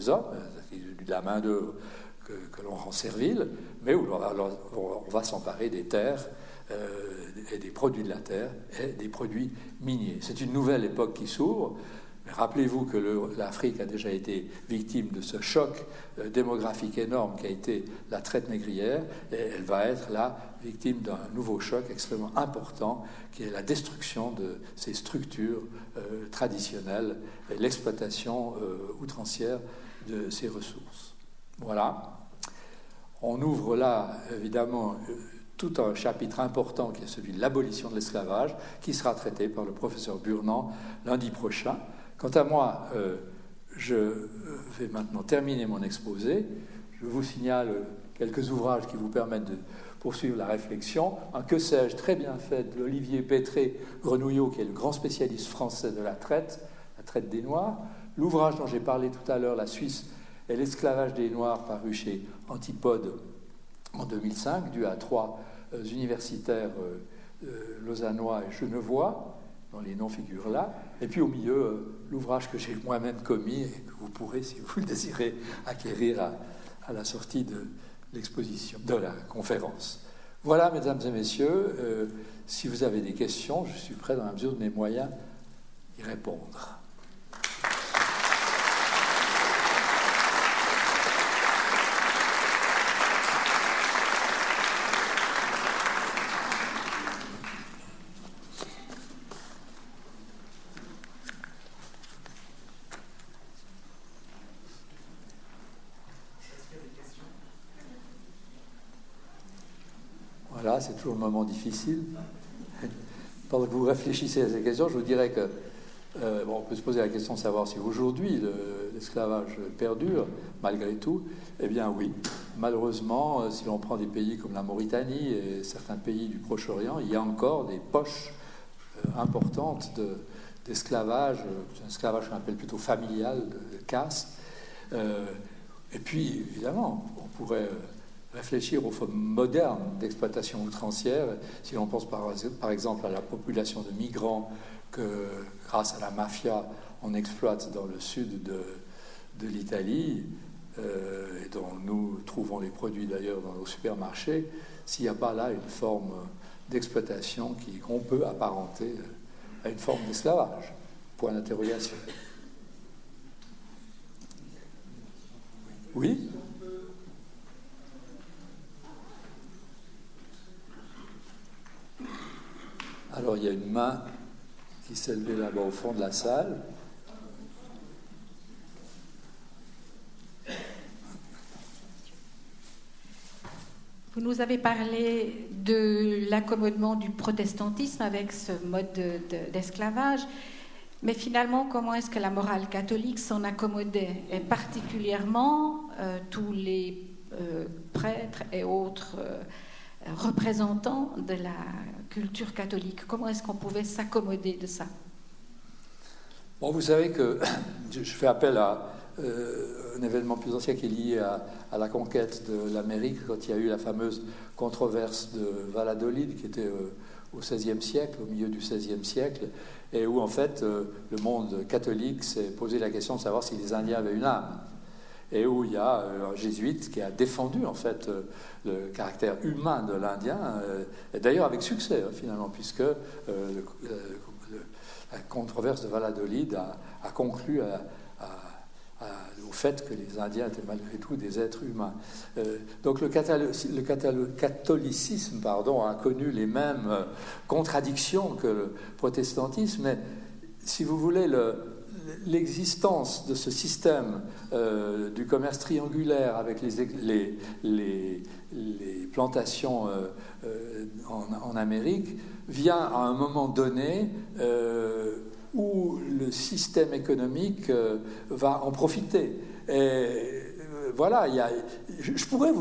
des hommes, de la main-d'œuvre que, que l'on rend servile, mais où l'on va, on va s'emparer des terres euh, et des produits de la terre et des produits miniers. C'est une nouvelle époque qui s'ouvre. Mais rappelez-vous que le, l'Afrique a déjà été victime de ce choc euh, démographique énorme qui a été la traite négrière, et elle va être là victime d'un nouveau choc extrêmement important qui est la destruction de ces structures euh, traditionnelles et l'exploitation euh, outrancière de ces ressources. Voilà. On ouvre là, évidemment, euh, tout un chapitre important qui est celui de l'abolition de l'esclavage, qui sera traité par le professeur Burnand lundi prochain. Quant à moi, euh, je vais maintenant terminer mon exposé. Je vous signale quelques ouvrages qui vous permettent de poursuivre la réflexion. Un que sais-je très bien fait de Olivier Pétré-Grenouillot, qui est le grand spécialiste français de la traite, la traite des Noirs. L'ouvrage dont j'ai parlé tout à l'heure, La Suisse et l'esclavage des Noirs, paru chez Antipode en deux mille cinq, dû à trois euh, universitaires euh, euh, lausannois et genevois, dont les noms figurent là, et puis au milieu, euh, l'ouvrage que j'ai moi-même commis et que vous pourrez, si vous le désirez, acquérir à, à la sortie de l'exposition, de la conférence. Voilà, mesdames et messieurs, euh, si vous avez des questions, je suis prêt dans la mesure de mes moyens d'y répondre. Voilà, c'est toujours un moment difficile. Pendant que vous réfléchissez à ces questions, je vous dirais que euh, bon, on peut se poser la question de savoir si aujourd'hui le, l'esclavage perdure, malgré tout. Eh bien oui, malheureusement, si l'on prend des pays comme la Mauritanie et certains pays du Proche-Orient, il y a encore des poches euh, importantes de, d'esclavage, un esclavage qu'on appelle plutôt familial, de, de caste. Euh, et puis, évidemment, on pourrait réfléchir aux formes modernes d'exploitation outrancière, si l'on pense par, par exemple à la population de migrants que, grâce à la mafia, on exploite dans le sud de, de l'Italie, euh, et dont nous trouvons les produits d'ailleurs dans nos supermarchés, s'il n'y a pas là une forme d'exploitation qui, qu'on peut apparenter à une forme d'esclavage. Point d'interrogation. Oui ? Alors, il y a une main qui s'est levée là-bas au fond de la salle. Vous nous avez parlé de l'accommodement du protestantisme avec ce mode de, de, d'esclavage, mais finalement, comment est-ce que la morale catholique s'en accommodait, et particulièrement euh, tous les euh, prêtres et autres euh, représentants de la culture catholique? Comment est-ce qu'on pouvait s'accommoder de ça? Bon, vous savez que je fais appel à euh, un événement plus ancien qui est lié à, à la conquête de l'Amérique, quand il y a eu la fameuse controverse de Valladolid, qui était euh, au seizième siècle, au milieu du seizième siècle, et où en fait euh, le monde catholique s'est posé la question de savoir si les Indiens avaient une âme. Et où il y a un jésuite qui a défendu en fait le caractère humain de l'Indien, et d'ailleurs avec succès finalement, puisque euh, le, le, la controverse de Valladolid a, a conclu à, à, à, au fait que les Indiens étaient malgré tout des êtres humains. Euh, donc le, catholo, le catholo, catholicisme pardon, a connu les mêmes contradictions que le protestantisme, mais si vous voulez, le l'existence de ce système euh, du commerce triangulaire avec les, les, les, les plantations euh, euh, en, en Amérique vient à un moment donné euh, où le système économique euh, va en profiter. Et euh, voilà, il y a, je, je pourrais vous